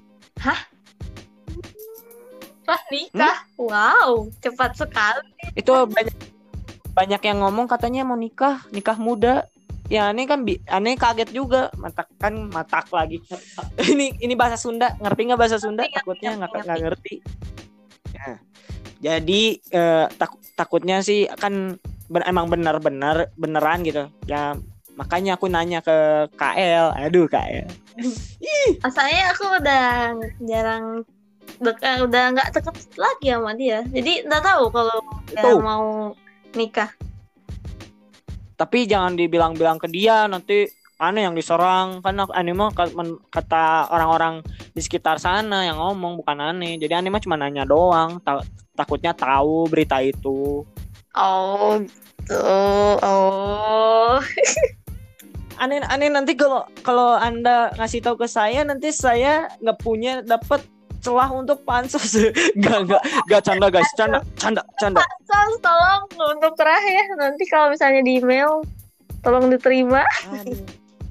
Speaker 2: Wah, nikah. Wow, cepat sekali.
Speaker 1: Itu banyak banyak yang ngomong katanya mau nikah, nikah muda. Ya aneh kan bi- aneh kaget juga, matak kan matak lagi. ini ini bahasa Sunda, ngerti nggak bahasa Sunda?
Speaker 2: Ngerti,
Speaker 1: Takutnya
Speaker 2: ngerti,
Speaker 1: nggak
Speaker 2: ngerti.
Speaker 1: nggak ngerti. Nah, jadi eh, tak- takutnya sih kan ben- emang benar-benar beneran gitu. Ya makanya aku nanya ke K L. Aduh K L.
Speaker 2: Saya aku udah jarang dek- udah nggak deket lagi sama dia. Jadi nggak tahu kalau dia
Speaker 1: Tuh.
Speaker 2: mau nikah.
Speaker 1: Tapi jangan dibilang-bilang ke dia, nanti aneh yang diserang. Kan aneh mah ka- men- kata orang-orang di sekitar sana yang ngomong, bukan aneh. Jadi aneh mah cuma nanya doang. Ta- takutnya tahu berita itu.
Speaker 2: Oh, gitu. Oh.
Speaker 1: Aneh aneh nanti kalau kalau Anda ngasih tahu ke saya, nanti saya nggak punya dapat celah untuk pansos. Gak gak gak canda guys, canda canda canda.
Speaker 2: Sos, tolong untuk terakhir nanti kalau misalnya di email tolong diterima.
Speaker 1: Aduh.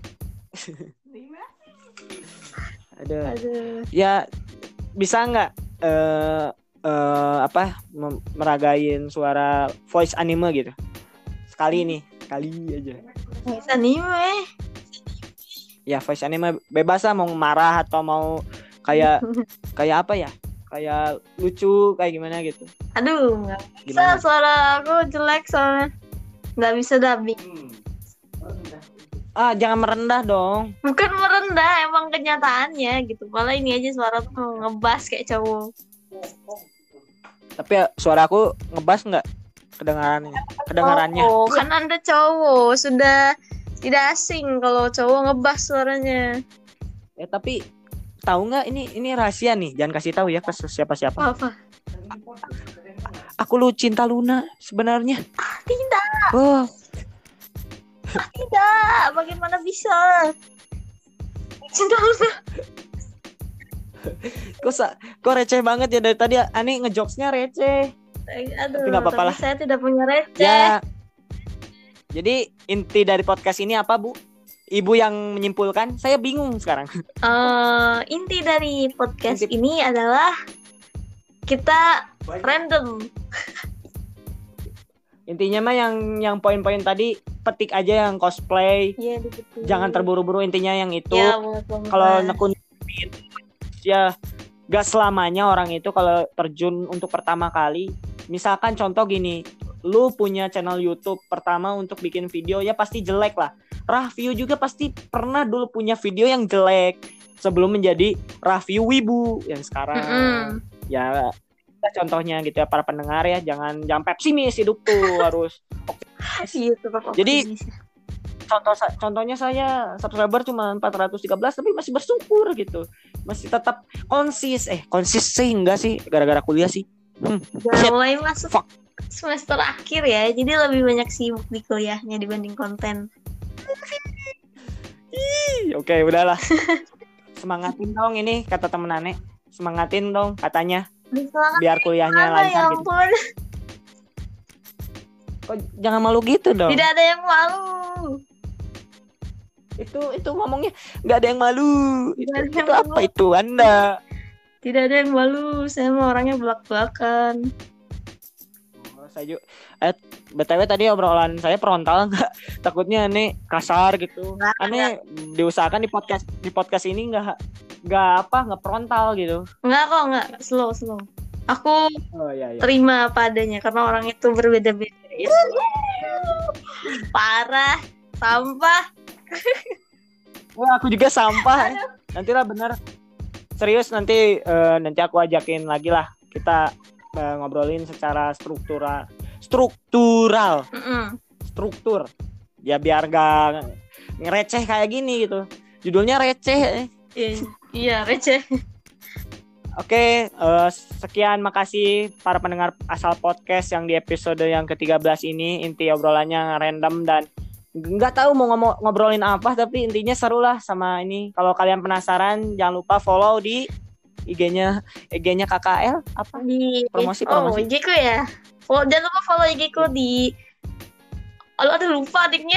Speaker 1: Aduh.
Speaker 2: Aduh.
Speaker 1: Ya bisa nggak eh eh, apa mem- meragain suara voice anime gitu sekali nih kali aja.
Speaker 2: Bisa anime.
Speaker 1: Ya voice anime bebas lah, mau marah atau mau kayak kayak apa ya, kayak lucu kayak gimana gitu.
Speaker 2: Aduh, nggak bisa,
Speaker 1: Gimana?
Speaker 2: suara aku jelek soalnya nggak bisa dubbing.
Speaker 1: Ah jangan merendah dong.
Speaker 2: Bukan merendah, emang kenyataannya gitu. Malah ini aja suara tuh mau ngebas kayak cowok.
Speaker 1: Tapi ya, suara aku ngebas nggak kedengarannya kedengarannya
Speaker 2: Oh, kan Anda cowok, sudah tidak asing kalau cowok ngebas suaranya.
Speaker 1: Ya tapi tahu nggak ini ini rahasia nih, jangan kasih tahu ya ke siapa-siapa.
Speaker 2: Apa?
Speaker 1: Aku lu cinta Luna sebenarnya.
Speaker 2: Tidak,
Speaker 1: Oh,
Speaker 2: tidak. Bagaimana bisa? Cinta Luna.
Speaker 1: kok sa- kok receh banget ya dari tadi Ani ngejokesnya receh.
Speaker 2: Aduh,
Speaker 1: Tapi nggak apa-apa lah.
Speaker 2: saya tidak punya receh.
Speaker 1: Ya. Jadi inti dari podcast ini apa, Bu? Ibu yang menyimpulkan, saya bingung sekarang.
Speaker 2: Eh, inti dari podcast
Speaker 1: Inti-
Speaker 2: ini adalah kita random.
Speaker 1: Intinya mah yang yang poin-poin tadi petik aja yang cosplay.
Speaker 2: Iya, betul.
Speaker 1: Jangan terburu-buru, intinya yang itu.
Speaker 2: Ya, banget, banget.
Speaker 1: Kalau nekun ya gak selamanya orang itu kalau terjun untuk pertama kali. Misalkan contoh gini, lu punya channel YouTube pertama untuk bikin video, ya pasti jelek lah. Review juga pasti pernah dulu punya video yang jelek sebelum menjadi review wibu yang sekarang.
Speaker 2: Mm-mm.
Speaker 1: Ya kita contohnya gitu ya para pendengar ya, jangan jangan pesimis hidup tuh harus.
Speaker 2: Iya, tetap
Speaker 1: Jadi,
Speaker 2: optimis.
Speaker 1: Contoh sa- contohnya saya subscriber cuma empat ratus tiga belas tapi masih bersyukur gitu. Masih tetap konsis eh konsis sih enggak sih gara-gara kuliah sih. Hmm.
Speaker 2: Udah
Speaker 1: Shit.
Speaker 2: mulai masuk
Speaker 1: Fuck.
Speaker 2: semester akhir ya, jadi lebih banyak sibuk di kuliahnya dibanding konten.
Speaker 1: Ih, Oke, udahlah. Semangatin dong ini kata temen Ane. Semangatin dong katanya
Speaker 2: Misalnya
Speaker 1: biar kuliahnya
Speaker 2: ya
Speaker 1: lancar gitu.
Speaker 2: ampun,
Speaker 1: Kok jangan malu gitu dong.
Speaker 2: tidak ada yang malu.
Speaker 1: Itu itu ngomongnya nggak ada yang malu. Itu,
Speaker 2: Nggak ada yang
Speaker 1: itu apa
Speaker 2: malu.
Speaker 1: itu Anda?
Speaker 2: Tidak ada yang malu, saya mau orangnya belak-belakan.
Speaker 1: Oh, saya juga eh B T W tadi obrolan saya frontal nggak? Takutnya nih kasar gitu.
Speaker 2: Nggak,
Speaker 1: Aneh diusahakan di podcast di podcast ini nggak nggak apa nggak frontal gitu.
Speaker 2: Enggak kok, enggak slow slow. Aku
Speaker 1: Oh iya iya.
Speaker 2: terima padanya karena orang itu berbeda-beda. Yes. Parah, sampah.
Speaker 1: Wah aku juga sampah. Nantilah bener. Serius nanti eh, nanti aku ajakin lagi lah kita eh, ngobrolin secara struktural, struktural,
Speaker 2: Mm-mm.
Speaker 1: struktur. Ya biar gak ngereceh kayak gini gitu. Judulnya receh.
Speaker 2: Iya, iya receh.
Speaker 1: Oke, eh, sekian makasih para pendengar asal podcast yang di episode yang ke tiga belas ini. Inti obrolannya random dan nggak tahu mau ngomong ngobrolin apa, tapi intinya seru lah sama ini. Kalau kalian penasaran, jangan lupa follow di I G-nya I G-nya K K L apa?
Speaker 2: Di
Speaker 1: Promosi,
Speaker 2: Oh,
Speaker 1: promosi.
Speaker 2: I G ku ya. Follow, jangan lupa follow I G ku di Aduh, aduh lupa adiknya.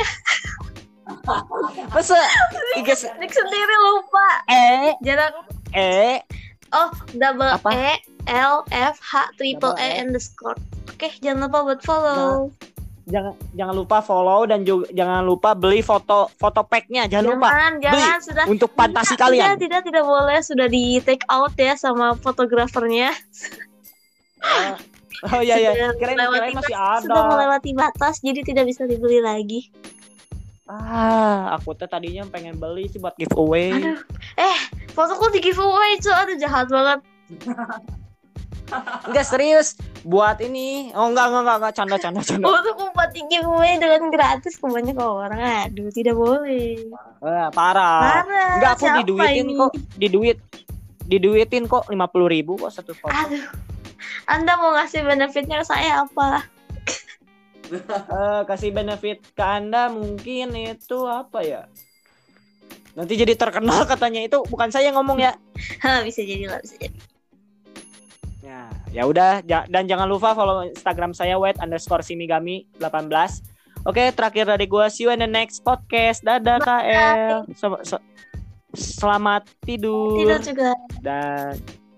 Speaker 1: Masa I G se-
Speaker 2: Adik sendiri lupa.
Speaker 1: E
Speaker 2: Jarang.
Speaker 1: E
Speaker 2: Oh, double
Speaker 1: Apa?
Speaker 2: E L F H triple
Speaker 1: Double
Speaker 2: E
Speaker 1: E.
Speaker 2: underscore. Oke, jangan lupa buat follow.
Speaker 1: jangan jangan lupa follow dan juga jangan lupa beli foto foto pack-nya. Jangan lupa
Speaker 2: Jangan, jangan sudah.
Speaker 1: untuk fantasi
Speaker 2: Tidak,
Speaker 1: kalian.
Speaker 2: Tidak, tidak, tidak boleh. Sudah di take out ya sama fotografernya.
Speaker 1: Oh, oh iya iya.
Speaker 2: Sudah
Speaker 1: Kirain,
Speaker 2: melewati
Speaker 1: kirain masih
Speaker 2: batas,
Speaker 1: ada.
Speaker 2: Sudah melewati batas, jadi tidak bisa dibeli lagi.
Speaker 1: Ah, aku tuh tadinya pengen beli sih buat giveaway.
Speaker 2: Aduh, eh, fotoku di giveaway itu, aduh jahat banget.
Speaker 1: Enggak serius, buat ini. Oh enggak enggak enggak, enggak. canda canda canda.
Speaker 2: Fotoku buat di giveaway dengan gratis ke banyak orang. Aduh, tidak boleh.
Speaker 1: Eh, parah.
Speaker 2: Parah.
Speaker 1: Enggak aku
Speaker 2: siapa
Speaker 1: diduitin
Speaker 2: ini?
Speaker 1: kok, diduit. Diduitin kok lima puluh ribu kok satu foto.
Speaker 2: Aduh, Anda mau ngasih benefitnya ke saya apa?
Speaker 1: Eh, kasih benefit ke Anda mungkin itu apa ya? Nanti jadi terkenal katanya, itu bukan saya yang ngomong ya.
Speaker 2: Hah, bisa jadi lah, bisa jadi.
Speaker 1: Ya, ya udah ja- dan jangan lupa follow Instagram saya wet underscore simigami delapan belas. Oke, terakhir dari gua, see you in the next podcast. Dadah K L. So- so- selamat tidur
Speaker 2: Tidak juga.
Speaker 1: dan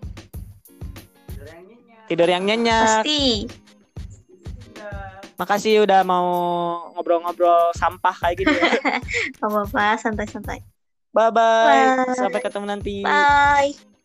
Speaker 1: tidur yang nyenyak.
Speaker 2: Pasti.
Speaker 1: Makasih udah mau ngobrol-ngobrol sampah kayak gitu.
Speaker 2: Gak apa-apa, santai-santai.
Speaker 1: Bye bye.
Speaker 2: Bye.
Speaker 1: Sampai ketemu nanti.
Speaker 2: Bye.